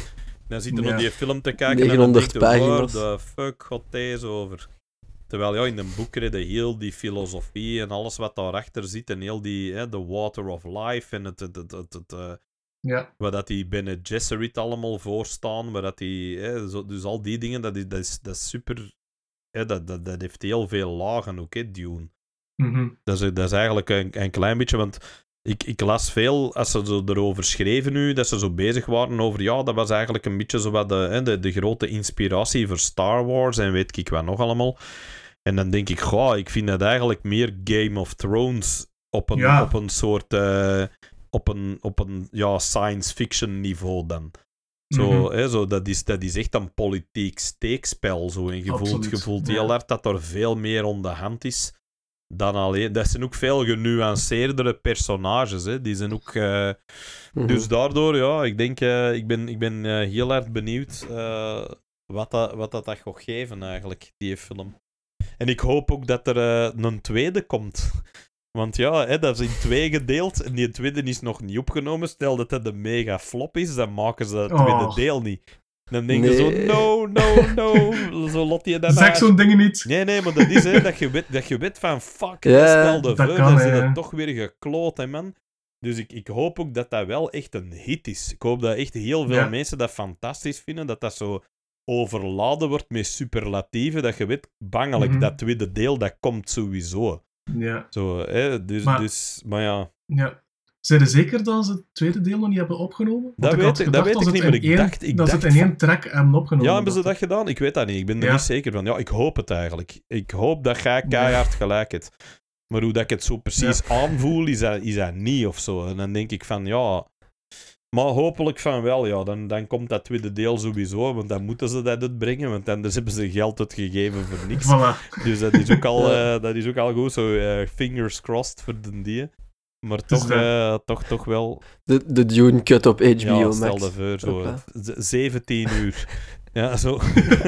Dan zit je Ja. naar die film te kijken negenhonderd en dan denk je, waar pagina's. de fuck gaat deze over? Terwijl ja, in een boek redde heel die filosofie en alles wat daarachter zit en heel die, hè, the water of life en het, het, het, het, het, uh, Ja. waar dat die Bene Gesserit allemaal voor staan, waar dat die, hè, zo, dus al die dingen, dat is, dat is, dat is super, hè, dat, dat, dat heeft heel veel lagen ook, hè, Dune. Mhm. Dat is, dat is eigenlijk een, een klein beetje, want ik, ik las veel, als ze zo erover schreven nu, dat ze zo bezig waren over, ja, dat was eigenlijk een beetje zo wat de, hè, de, de grote inspiratie voor Star Wars en weet ik wat nog allemaal. En dan denk ik, goh, ik vind het eigenlijk meer Game of Thrones op een, Ja. op een soort, uh, op een, op een ja, science fiction niveau dan. Zo, Mhm. hè, zo, dat, is, dat is echt een politiek steekspel. Zo. En je voelt, Absoluut, je voelt ja. heel hard dat er veel meer om de hand is dan alleen. Dat zijn ook veel genuanceerdere personages. Hè. Die zijn ook... Uh, Mhm. Dus daardoor, ja, ik denk... Uh, ik ben, ik ben uh, heel erg benieuwd uh, wat, dat, wat dat, dat gaat geven eigenlijk, die film. En ik hoop ook dat er uh, een tweede komt. Want ja, hè, dat is in twee gedeeld en die tweede is nog niet opgenomen. Stel dat dat een mega flop is, dan maken ze dat tweede Oh. deel niet. Dan denken Nee. ze zo, no, no, no. Zo lot je dat Zeg uit. zo'n dingen niet. Nee, nee, maar dat is hè, dat, je weet, dat je weet van fuck, Ja, dat spel de dat veur, kan, dan zit hè. het toch weer gekloot, hè, man. Dus ik, ik hoop ook dat dat wel echt een hit is. Ik hoop dat echt heel veel Ja. mensen dat fantastisch vinden, dat dat zo overladen wordt met superlatieven, dat je weet, bangelijk, Mhm. dat tweede deel, dat komt sowieso. Ja. Zo, hè, dus, Maar- dus, maar ja, Ja. Zijn er zeker dat ze het tweede deel nog niet hebben opgenomen? Want Dat ik weet had ik- dat gedacht weet dat ik ze niet, het maar in ik één- dacht- ik dat ze het dacht in van- één track hebben opgenomen. ja, hebben ze dacht dat gedaan? Ik weet dat niet, ik ben er Ja. niet zeker van. Ja, ik hoop het eigenlijk. Ik hoop dat jij keihard gelijk hebt. Maar hoe dat ik het zo precies aanvoel, is dat, is dat niet of zo. En dan denk ik van, ja... Maar hopelijk van wel, ja. Dan, dan komt dat tweede deel sowieso, want dan moeten ze dat uitbrengen, want anders hebben ze geld uitgegeven voor ik. niks. Voilà. Dus dat is ook al, Ja. eh, dat is ook al goed, zo eh, fingers crossed voor de die. Maar Dus toch, dat- eh, toch, toch wel... De, de Dune cut op H B O Ja, Max. stel de voor, zo Hoppa. z- zeventien uur. Ja, zo.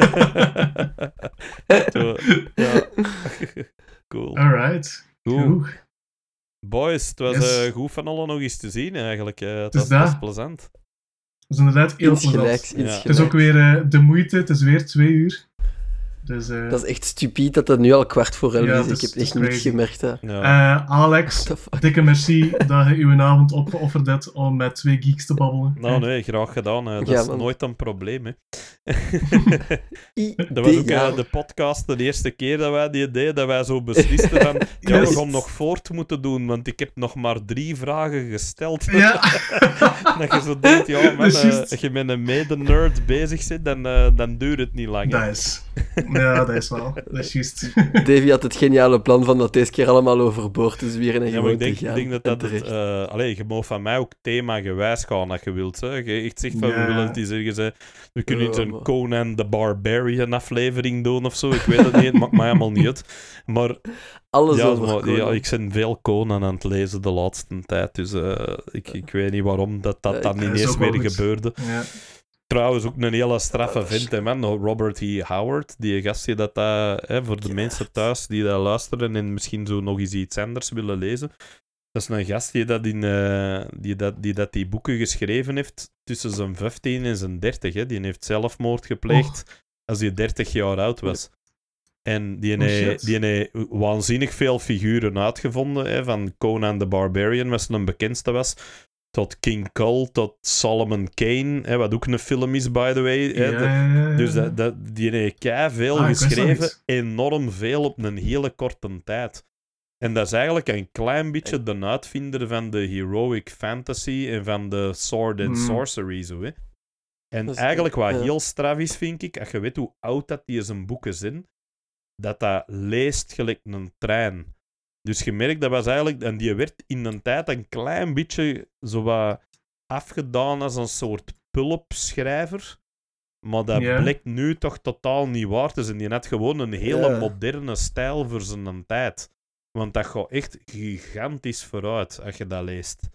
Zo, ja. Cool. Alright. Goed. Goed. Boys, het was Yes. eh, goed van allen nog eens te zien eigenlijk. eh, het is was best dat. plezant. Dat is inderdaad heel Insgelijks, plezant. Ja. Het is ook weer eh, de moeite. Het is weer twee uur. Dus, eh, Dat is echt stupid dat het nu al kwart voor elf Ja, is. het Ik is- heb het is echt niks crazy. gemerkt. Hè. Ja. eh, Alex, What the fuck? dikke merci dat je uw avond opgeofferd hebt om met twee geeks te babbelen. Nou nee, graag gedaan. hè. Dat Ja, is man. nooit een probleem. Hè. Dat was ook Ideaal. eh, de podcast de eerste keer dat wij die deden, dat wij zo beslisten van ja, we Yes. gaan nog voort moeten doen, want ik heb nog maar drie vragen gesteld. Ja. Dat je zo denkt, ja man, Dat is eh, juist. als je met een mede-nerd bezig zit, dan, eh, dan duurt het niet lang. hè. Dat is. Ja, dat is wel. Dat is juist. Davy had het geniale plan van dat deze keer allemaal overboord te zwieren en Ja, maar gewoon ik denk, te gaan. ik denk dat En dat het... terecht. eh allee, je mag van mij ook themagewijs gaan als je wilt. Hè. Je echt zegt van, Ja. we willen het eens ergens... hè, we kunnen Ja, iets een maar- Conan the Barbarian aflevering doen of zo. Ik weet het niet, het maakt mij helemaal niet uit. Maar, Alles ja, over maar Conan. ja, ik ben veel Conan aan het lezen de laatste tijd. Dus eh, ik, ik weet niet waarom dat, dat Ja, dan ik- dat is ineens ook wel weer goed. gebeurde. Ja. Trouwens, ook een hele straffe Ja, dat is- vent, hè, man. Robert E. Howard, die gastje dat dat... Hè, voor de Ja. mensen thuis die dat luisteren en misschien zo nog eens iets anders willen lezen. Dat is een gast die dat, in, eh, die, dat, die dat die boeken geschreven heeft tussen zijn vijftien en zijn dertig. Hè. Die heeft zelfmoord gepleegd als hij dertig jaar oud was. En die Oh, heeft shit. die heeft waanzinnig veel figuren uitgevonden. Hè, van Conan the Barbarian, wat zijn bekendste was, tot King Cole, tot Solomon Kane, hè, wat ook een film is, by the way. Hè. Ja, Dat- ja, ja, ja. dus dat, dat, die heeft kei veel Ah, ik wist dat geschreven, niet. enorm veel op een hele korte tijd. En dat is eigenlijk een klein beetje de uitvinder van de heroic fantasy en van de sword and Mm. sorcery. Zo, hè. En Dat is- eigenlijk wat ja. heel straf is, vind ik, als je weet hoe oud dat die zijn boeken zijn, dat dat leest gelijk een trein. Dus je merkt, dat was eigenlijk... En die werd in een tijd een klein beetje zo wat afgedaan als een soort pulpschrijver. Maar dat Ja. blijkt nu toch totaal niet waar te zijn. Die had gewoon een hele Ja. moderne stijl voor zijn tijd. Want dat gaat echt gigantisch vooruit als je dat leest.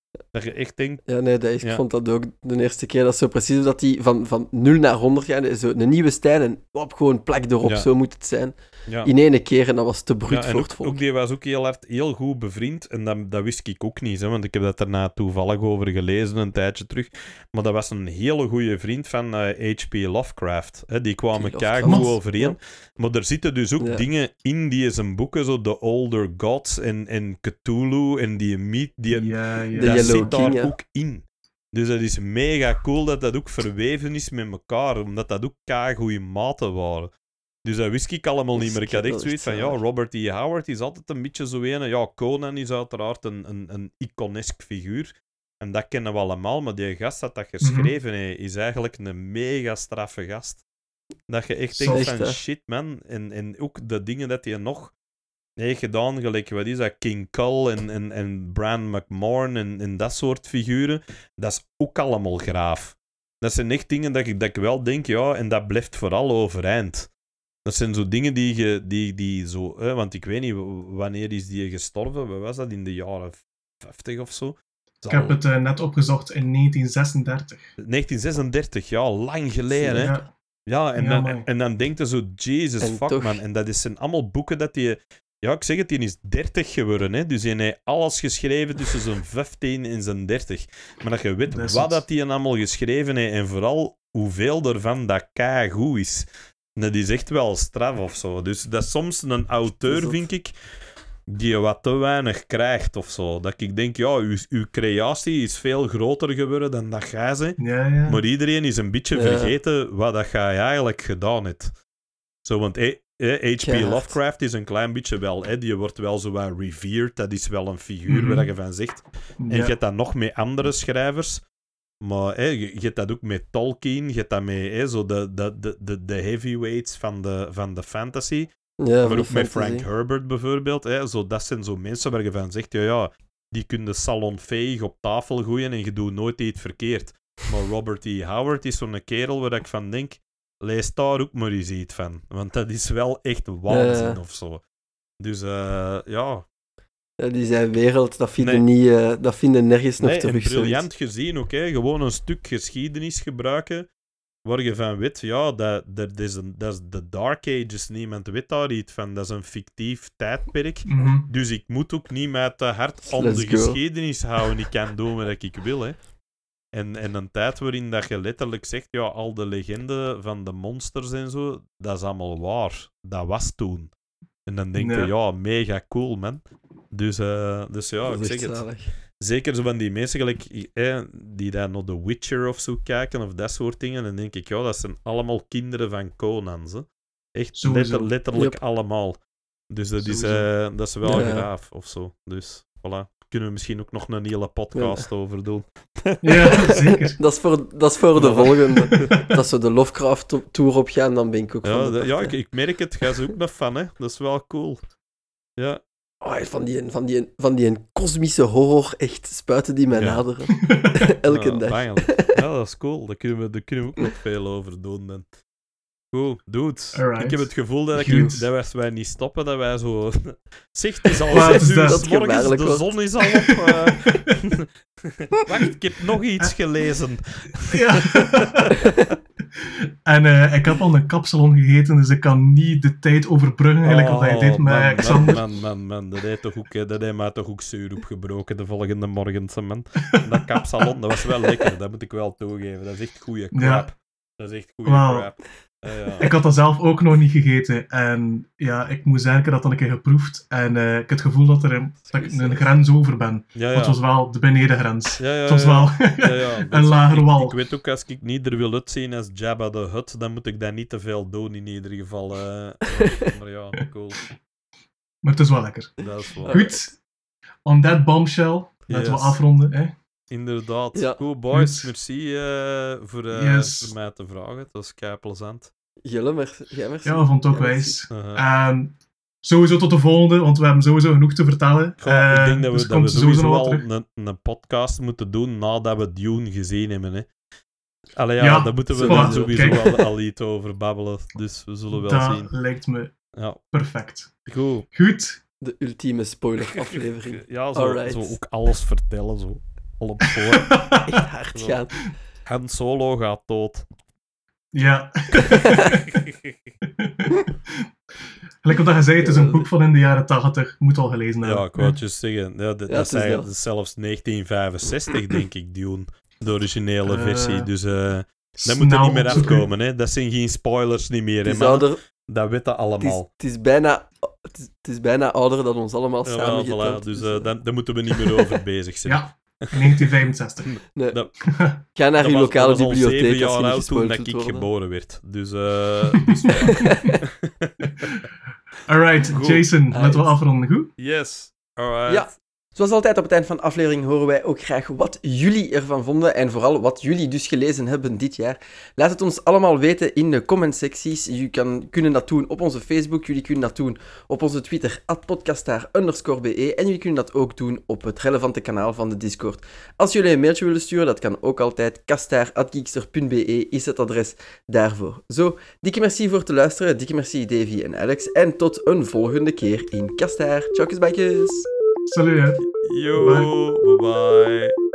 Dat je echt denkt... Ja, nee, dat is, Ja. ik vond dat ook de eerste keer. Dat is zo precies dat hij van, van nul naar honderd gaat. Zo een nieuwe stijl en op, gewoon plak erop, Ja. zo moet het zijn. Ja. In één keer en dat was te bruut Ja, en voor ook, het volk. ook die was ook heel hard, heel goed bevriend. En dat, dat wist ik ook niet, hè, want ik heb dat daarna toevallig over gelezen een tijdje terug. Maar dat was een hele goede vriend van uh, H P Lovecraft. Hè. Die kwamen Lovecraft. keigoed overeen. Ja. Maar er zitten dus ook Ja. dingen in die zijn boeken, zo The Older Gods en, en Cthulhu en die Meat, die, Ja, ja. De dat Yellow zit daar King, ja. ook in. Dus dat is mega cool dat dat ook verweven is met elkaar, omdat dat ook keigoeie maten waren. Dus dat wist ik allemaal Dat niet is meer. Ik had echt wel zoiets echt van, ja, zalig. Robert E. Howard is altijd een beetje zo een. Ja, Conan is uiteraard een, een, een iconesk figuur. En dat kennen we allemaal, maar die gast dat dat geschreven heeft, is eigenlijk een mega straffe gast. Dat je echt denkt Echt, van, hè? shit man. En, en ook de dingen dat hij nog heeft gedaan, gelijk, wat is dat, King Kull en, en, en Bran McMorn en, en dat soort figuren, dat is ook allemaal graaf. Dat zijn echt dingen dat ik, dat ik wel denk, ja, en dat blijft vooral overeind. Dat zijn zo dingen die je, die, die zo, hè, want ik weet niet, w- wanneer is die gestorven? Wat was dat, in de jaren vijftig of zo? Ik heb het uh, net opgezocht in negentien zesendertig. negentien zesendertig, ja, lang geleden, hè. Ja. Ja, en, Ja, dan, man. en dan denk je zo, Jesus En fuck, toch- man. En dat is- zijn allemaal boeken dat die... Ja, ik zeg het, die is dertig geworden, hè. Dus die heeft alles geschreven tussen zijn vijftien en zijn dertig. Maar dat je weet Dat is wat het. dat die allemaal geschreven heeft en vooral hoeveel ervan dat keigoed is. Dat is echt wel straf of zo. Dus dat is soms een Dat is auteur, het. vind ik, die wat te weinig krijgt of zo. Dat ik denk, ja, uw, uw creatie is veel groter geworden dan dat jij ze. Ja, ja. Maar iedereen is een beetje Ja. vergeten wat dat jij eigenlijk gedaan hebt. Zo, want eh, eh, H P Keihard. Lovecraft is een klein beetje wel, eh, die wordt wel zo wat revered. Dat is wel een figuur Mhm. waar je van zegt. En Ja. je hebt dat nog met andere schrijvers. Maar eh, je, je hebt dat ook met Tolkien. Je hebt dat met eh, zo de, de, de, de, de heavyweights van de, van de fantasy. Ja, Maar van ook de met fantasy. Frank Herbert bijvoorbeeld. Hè, zo, dat zijn zo mensen waar je van zegt, ja, ja, die kunnen salonveeg op tafel gooien en je doet nooit iets verkeerd. Maar Robert E. Howard is zo'n kerel waar ik van denk, lees daar ook maar eens iets van. Want dat is wel echt waanzin Ja. of zo. Dus uh, ja, Ja, die zijn wereld, dat vinden, Nee. niet, uh, dat vinden nergens nog nee, en terug. briljant gezien ook. Hè. Gewoon een stuk geschiedenis gebruiken waar je van weet, ja, dat, dat, is, een, dat is de Dark Ages. Niemand weet daar iets van. Dat is een fictief tijdperk. Mhm. Dus ik moet ook niet mij te hard aan Let's de go. geschiedenis houden. Ik kan doen wat ik wil. Hè. En, en een tijd waarin dat je letterlijk zegt, ja, al de legenden van de monsters en zo, dat is allemaal waar. Dat was toen. En dan denk je, Ja. ja, mega cool, man. Dus, uh, dus ja, Dat ik is zeg echt het. zalig. Zeker zo van die mensen gelijk, eh, die dan naar The Witcher of zo kijken, of dat soort dingen, dan denk ik, ja, dat zijn allemaal kinderen van Conan. Hè. Echt Sowieso. letter- letterlijk Yep. allemaal. Dus dat is, Sowieso. eh, dat is wel Ja. graaf, of zo. Dus, voilà. Kunnen we misschien ook nog een hele podcast over doen. Ja, zeker. Dat is voor, dat is voor de Voilà. volgende. Dat ze de Lovecraft-tour opgaan, dan ben ik ook Ja, van de dat- ja ik, partij. ik merk het. Jij is ook nog fan, hè. Dat is wel cool. Ja. Oh, van, die, van, die, van die kosmische horror, echt spuiten die mij Ja. naderen. Elke Ja, dag. bangelijk. Ja, dat is cool. Daar kunnen we, daar kunnen we ook nog veel over doen. Dan. Goed, dudes. Alright. Ik heb het gevoel dat, ik, Goed. dat wij, wij niet stoppen, dat wij zo... Zeg, het is al Wat zes is uur dat? s Dat morgens, gevaarlijk de wordt. zon is al op. eh. Wacht, ik heb nog iets gelezen. Ja. En eh, ik heb al een kapsalon gegeten, dus ik kan niet de tijd overbruggen, eigenlijk wat je deed met Oh, man, Xander. Man, man, man, dat heeft toch ook, eh, dat heeft mij toch ook zuur opgebroken de volgende morgen, zo, man. Dat kapsalon, dat was wel lekker, dat moet ik wel toegeven. Dat is echt goede crap. Ja. Dat is echt goede Wauw. crap. Eh, ja. Ik had dat zelf ook nog niet gegeten. En ja, ik moest zeggen, ik heb dat dan een keer geproefd. En eh, ik heb het gevoel dat, er een, dat ik een grens over ben. Ja, Want het ja. was wel de benedengrens. Ja, ja, Het was ja. wel Ja, ja. een lagere ik, wal. Ik weet ook, als ik niet er wil uitzien als Jabba the Hutt, dan moet ik dat niet te veel doen, in ieder geval. eh. Maar ja, cool. Maar het is wel lekker. Dat is wel. Goed. On that bombshell. Laten Yes. we afronden. Hè? Inderdaad. Ja. Goed, boys. Goed. Merci eh, voor, eh, Yes. voor mij te vragen. Dat was kei plezant. Jelle, merci. Jij merci. Ja, ik vond het ook Jij wijs. Uh-huh. Ehm, sowieso tot de volgende, want we hebben sowieso genoeg te vertellen. Goh, ik Eh, denk dat we, dus dat komt we sowieso sowieso nog wat al terug. een, een podcast moeten doen nadat we Dune gezien hebben. Hè. Allee, ja, Ja, daar moeten we voilà, dan sowieso kijk. al, al iets over babbelen. Dus we zullen wel Dat zien. lijkt me Ja, perfect. goed. Goed. De ultieme spoiler-aflevering. Ja, zo, Alright. zo ook alles vertellen. Zo. al op voor. Echt hard gaan. Han Solo gaat dood. Ja. Gelijk wat je zei, het is een boek van in de jaren tachtig. Moet al gelezen hebben. Ja, ik wou het juist zeggen. Ja, dat, Ja, dat, het is zei- wel. dat is zelfs negentien vijfenzestig, denk ik, Dune. De originele Eh, versie. Dus eh dat Snel moet er niet meer opzoeken. afkomen. Hè. Dat zijn geen spoilers niet meer. Het Hè, is, mannen. ouder, Dat weten het, is, allemaal. het, is bijna, het, is, het is bijna ouder dan ons allemaal Ja, samen wel, voilà. geteld. Dus Dus, eh, daar, daar moeten we niet meer over bezig zijn. Ja, in negentien vijfenzestig. nee. dat- Ga naar Dat uw was- lokale dat was al bibliotheek zeven als je jaar niet oud toen gespoild dat wilt ik worden. geboren werd. Dus... eh dus voilà. Alright, Goed. Jason, laten we Alright. afronden. Goed? Yes. Alright. Ja. Zoals altijd op het eind van de aflevering horen wij ook graag wat jullie ervan vonden en vooral wat jullie dus gelezen hebben dit jaar. Laat het ons allemaal weten in de comment-secties. Jullie kan, kunnen dat doen op onze Facebook, jullie kunnen dat doen op onze Twitter, at podcastaar underscore be, en jullie kunnen dat ook doen op het relevante kanaal van de Discord. Als jullie een mailtje willen sturen, dat kan ook altijd. kastaar at geekster punt be is het adres daarvoor. Zo, dikke merci voor het luisteren, dikke merci Davy en Alex, en tot een volgende keer in Kastaar. Ciao, kusbijkjes! Salut, hè. Yo, bye bye.